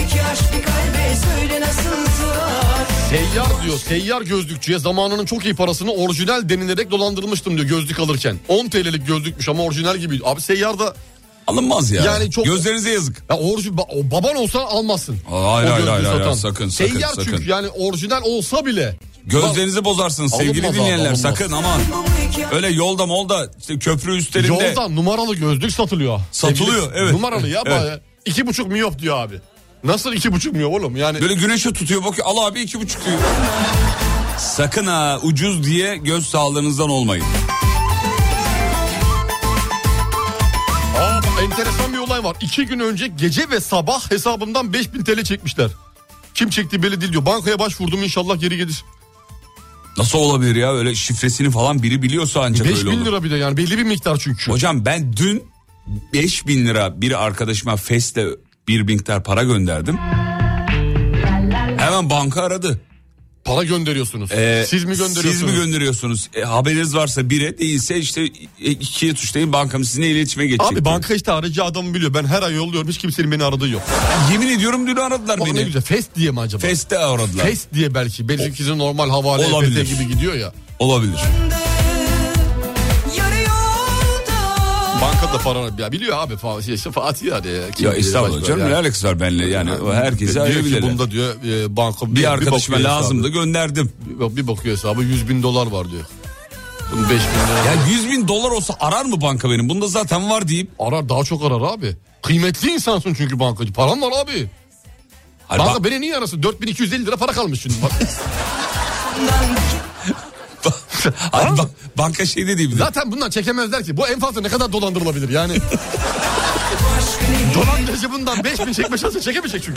Seyyar diyor, seyyar gözlükçüye zamanının çok iyi parasını orijinal denilerek dolandırılmıştım diyor gözlük alırken. 10 TL'lik gözlükmüş ama orijinal gibi. Abi seyyar da... Alınmaz ya. Yani çok... Gözlerinize yazık. Ya baban olsa almazsın. Hayır, sakın. Seyyar çünkü yani orijinal olsa bile. Gözlerinizi bozarsınız sevgili dinleyenler, sakın aman. Öyle yolda molda işte köprü üstlerinde. Yolda numaralı gözlük satılıyor. Satılıyor, evet. Numaralı ya. Evet. 2,5 miyop diyor abi. Nasıl 2,5 miyop oğlum yani. Böyle güneşe tutuyor, bakıyor, al abi 2,5 diyor. Sakın ha, ucuz diye göz sağlığınızdan olmayın. Enteresan bir olay var. 2 gün önce gece ve sabah hesabımdan 5.000 TL çekmişler. Kim çekti belli değil diyor. Bankaya başvurdum, inşallah geri gelir. Nasıl olabilir ya, öyle şifresini falan biri biliyorsa ancak öyle olur. 5.000 lira bir de yani belli bir miktar çünkü. Hocam ben dün 5.000 lira bir arkadaşıma Fest'te bir miktar para gönderdim. Hemen banka aradı. Para gönderiyorsunuz. Siz mi gönderiyorsunuz? Siz mi gönderiyorsunuz? Haberiniz varsa 1'e, değilse işte 2'ye tuşlayın, bankam sizinle iletişime geçecek. Abi banka işte aracı adamı biliyor. Ben her ay yolluyorum, hiç kimsenin beni aradığı yok. Yemin ediyorum dün aradılar beni. Ne güzel, Fest diye mi acaba? Fest'te aradılar. Fest diye belki. Benimkisi normal havale EFT gibi gidiyor ya. Olabilir. Bankada para ya biliyor abi işte Fatih yani. Ya estağfurullah canım, ne alakası var benimle yani herkese arayabilirler. Bunda diyor banka bir arkadaşıma lazımdı, gönderdim. Bir bakıyor hesabı $100.000 var diyor. Bunun 5.000 lira. Ya $100.000 olsa arar mı banka benim? Bunda zaten var deyip. Arar, daha çok arar abi. Kıymetli insansın çünkü bankacı. Paran var abi. Hayır, banka beni niye arasın? 4.250 lira para kalmış şimdi. Hayır, banka şey de değil. Zaten bundan çekemezler ki. Bu en fazla ne kadar dolandırılabilir yani. Dolandırıcı bundan 5.000 çekme şansı çekemeyecek çünkü.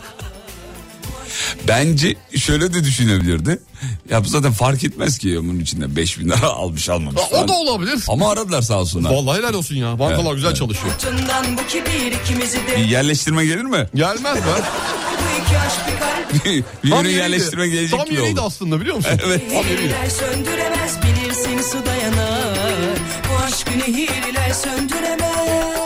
Bence şöyle de düşünebilirdi. Ya bu zaten fark etmez ki bunun içinden 5.000 lira almış almamış. O da olabilir. Ama aradılar sağ olsunlar. Vallahi helal olsun ya. Bankalar evet, güzel evet. çalışıyor. Bir yerleştirme gelir mi? Gelmez be. bir ürün yerleştirme gelecek tam gibi yeriydi oldu. Aslında biliyor musun? Evet. Tam yeriydi. Söndüremez, bilirsin su dayanar. Bu aşkı nehirler söndüremez.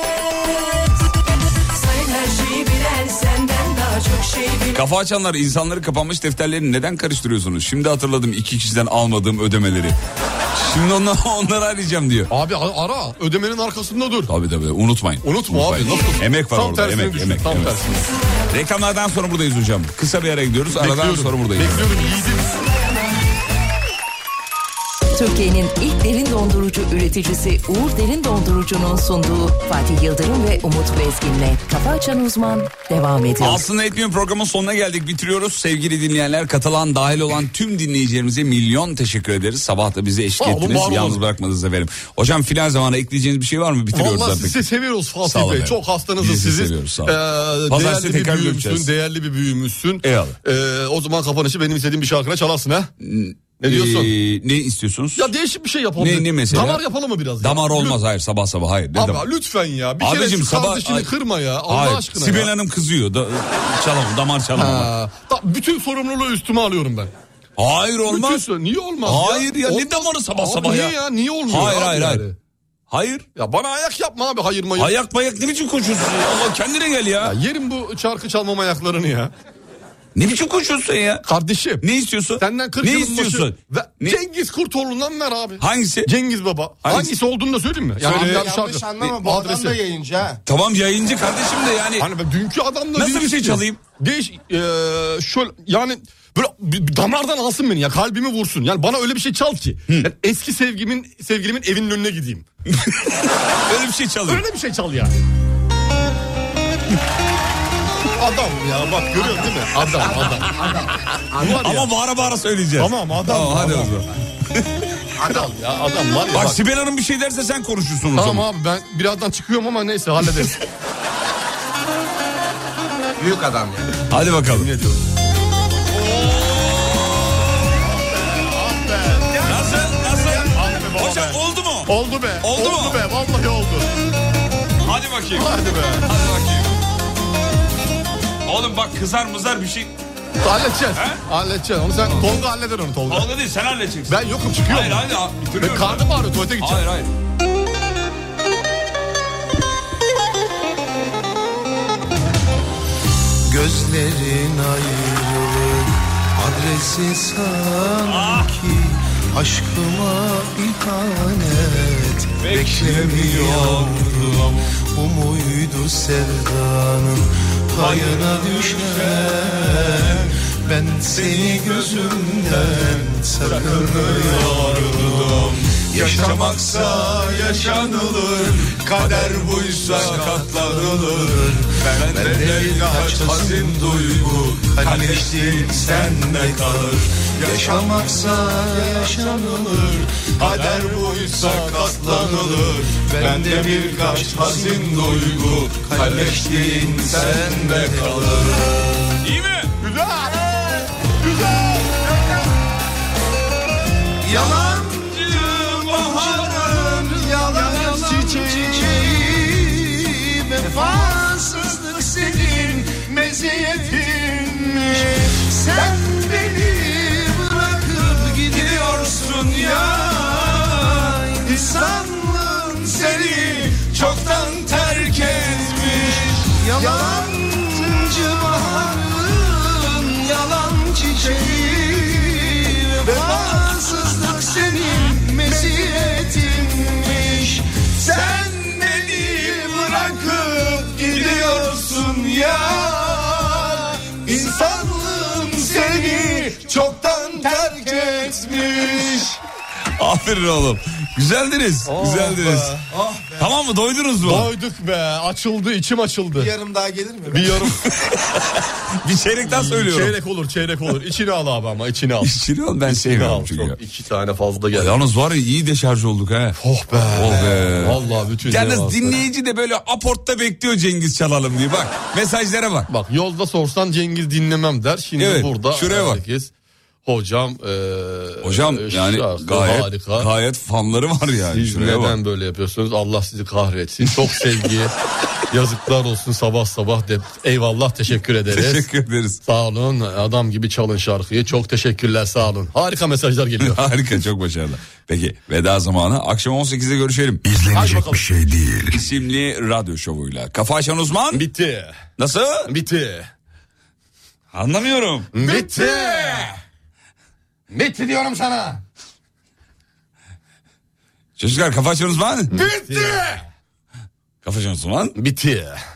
Sayın her şeyi bilen senden daha çok şey bilen. Kafa açanlar, insanları kapanmış defterlerini neden karıştırıyorsunuz? Şimdi hatırladım 2 kişiden almadığım ödemeleri. Şimdi onları arayacağım diyor. Abi ara, ödemenin arkasında dur. Tabii unutmayın. Unutma abi. Nasıl? Emek var tam orada. Emek. Tam evet. tersine. Reklamlardan sonra buradayız hocam. Kısa bir ara gidiyoruz. Aradan sonra buradayız. Bekliyorum yiğidim. Türkiye'nin ilk derin dondurucu üreticisi Uğur Derin Dondurucu'nun sunduğu Fatih Yıldırım ve Umut Bezgin'le Kafa Açan Uzman devam ediyor. Aslında etmiyorum, programın sonuna geldik, bitiriyoruz. Sevgili dinleyenler, katılan dahil olan tüm dinleyicilerimize milyon teşekkür ederiz. Sabah da bizi eşlik ettiniz, yalnız bırakmadınız efendim. Hocam final zamanı ekleyeceğiniz bir şey var mı? Bitiriyoruz vallahi artık. Vallahi sizi seviyoruz Fatih Bey. Çok hastanızız sizi. Seviyoruz, sağ olun. Değerli bir büyüğümüzsün. Eyvallah. O zaman kapanışı benim istediğim bir şarkıyla çalarsın ha. Ne diyorsun? Ne istiyorsunuz? Ya değişik bir şey yapalım. Ne mesela? Damar yapalım mı biraz? Damar olmaz, hayır sabah hayır. Abi lütfen ya. Bir kere şu kardeşini kırma ya. Allah aşkına Sibel ya. Hanım kızıyor. Damar çalamam. Bütün sorumluluğu üstüme alıyorum ben. Hayır olmaz. Niye olmaz hayır ya? Ne damarı sabah niye ya? Ya? Niye olmuyor? Hayır. Hayır. Ya bana ayak yapma abi, hayır mayır. Ayak ne biçim konuşuyorsun ya? Allah kendine gel ya. Yerim bu şarkı çalmama ayaklarını ya. Ne biçim konuşuyorsun ya? Kardeşim. Ne istiyorsun? Senden 40 ne yılın istiyorsun? Ne? Cengiz Kurtoğlu'ndan ver abi. Hangisi? Cengiz Baba. Hangisi olduğunu da söyleyeyim mi? Yani yanlış anlama, bu adam da yayıncı ha. Tamam yayıncı kardeşim de yani. Hani ben dünkü adamla nasıl bir şey çalayım? Şöyle yani böyle damardan alsın beni ya, kalbimi vursun. Yani bana öyle bir şey çal ki. Yani eski sevgilimin evinin önüne gideyim. Öyle bir şey çalayım. Öyle bir şey çal ya. Adam ya, bak görüyorsun değil mi? Adam. Ama bağıra söyleyeceğiz. Tamam adam. Tamam hadi o zaman. Adam ya, adam var ya. Bak Sibel Hanım bir şey derse sen konuşursun. Tamam abi, ben birazdan çıkıyorum ama neyse hallederiz. Büyük adam ya. Hadi bakalım. Ne diyorsun? Nasıl? Hocam oldu mu? Oldu be. Oldu mu? Be. Vallahi oldu. Hadi bakayım. Hadi be. Hadi bakayım. Oğlum bak kızar bir şey. Halledeceğiz. Halledeceğiz. Onu sen Tolga halleder onu Tolga. Tolga değil sen halledeceksin. Ben yokum çıkıyorum. Hayır Ben karnım ağrıyor tuvalete gideceğim. Hayır. Gözlerin ayrılık adresi sanki aşkıma ihanet beklemiyordum. Umuydu sevdanın payına düşen, ben seni gözümden sakınıyordum. Yaşamaksa yaşanılır, kader buysa katlanılır. Bende birkaç hazin duygu, kalleştin sende kalır. Yaşamaksa yaşanılır, kader buysa katlanılır. Bende birkaç hazin duygu, kalleştin sende kalır. İyi mi? Güzel. Güzel. Yalan baharın yalan çiçeği, vefasızlık senin meziyetinmiş. Sen beni bırakıp gidiyorsun ya, insanlığın seni çoktan terk etmiş. Yalancı baharın yalan çiçeği, vefasızlık senin meziyetinmiş. Sen beni bırakıp gidiyorsun ya, İnsanlığın seni çoktan terk etmiş. Aferin oğlum. Güzeldiniz. Güzeldiniz. Tamam mı? Doydunuz mu? Doyduk be. Açıldı, içim açıldı. Bir yarım daha gelir mi? Bir yarım. Bir çeyrekten söylüyorum. Çeyrek olur. İçini al abi ama içini al. İçini al, ben sevmiyorum çünkü. Çok, 2 tane fazla geldi. Yalnız var ya, iyi deşarj olduk ha. Oh be. Oh be. Vallahi bütün Yalnız cevaplar. dinleyici de böyle aportta bekliyor Cengiz çalalım diye. Bak mesajlara bak. Bak yolda sorsan Cengiz dinlemem der. Şimdi Evet, burada şuraya bak. herkes hocam Yani gayet harika. gayet fanları var yani. Siz Şuraya neden bak. böyle yapıyorsunuz? Allah sizi kahretsin. Çok sevgi. Yazıklar olsun sabah de. Eyvallah, teşekkür ederiz. Teşekkür ederiz. Sağ olun. Adam gibi çalın şarkıyı. Çok teşekkürler, sağ olun. Harika mesajlar geliyor. Harika, çok başarılı. Peki veda zamanı, akşam 18'de görüşelim. İzlenecek bir şey değil. İsimli radyo şovuyla. Kafa Açan Uzman. Bitti. Nasıl? Bitti. Anlamıyorum. Bitti. Bitti diyorum sana. Çocuklar, Kafa Açan Uzman. Bitti. Kafa Açan Uzman. Bitti.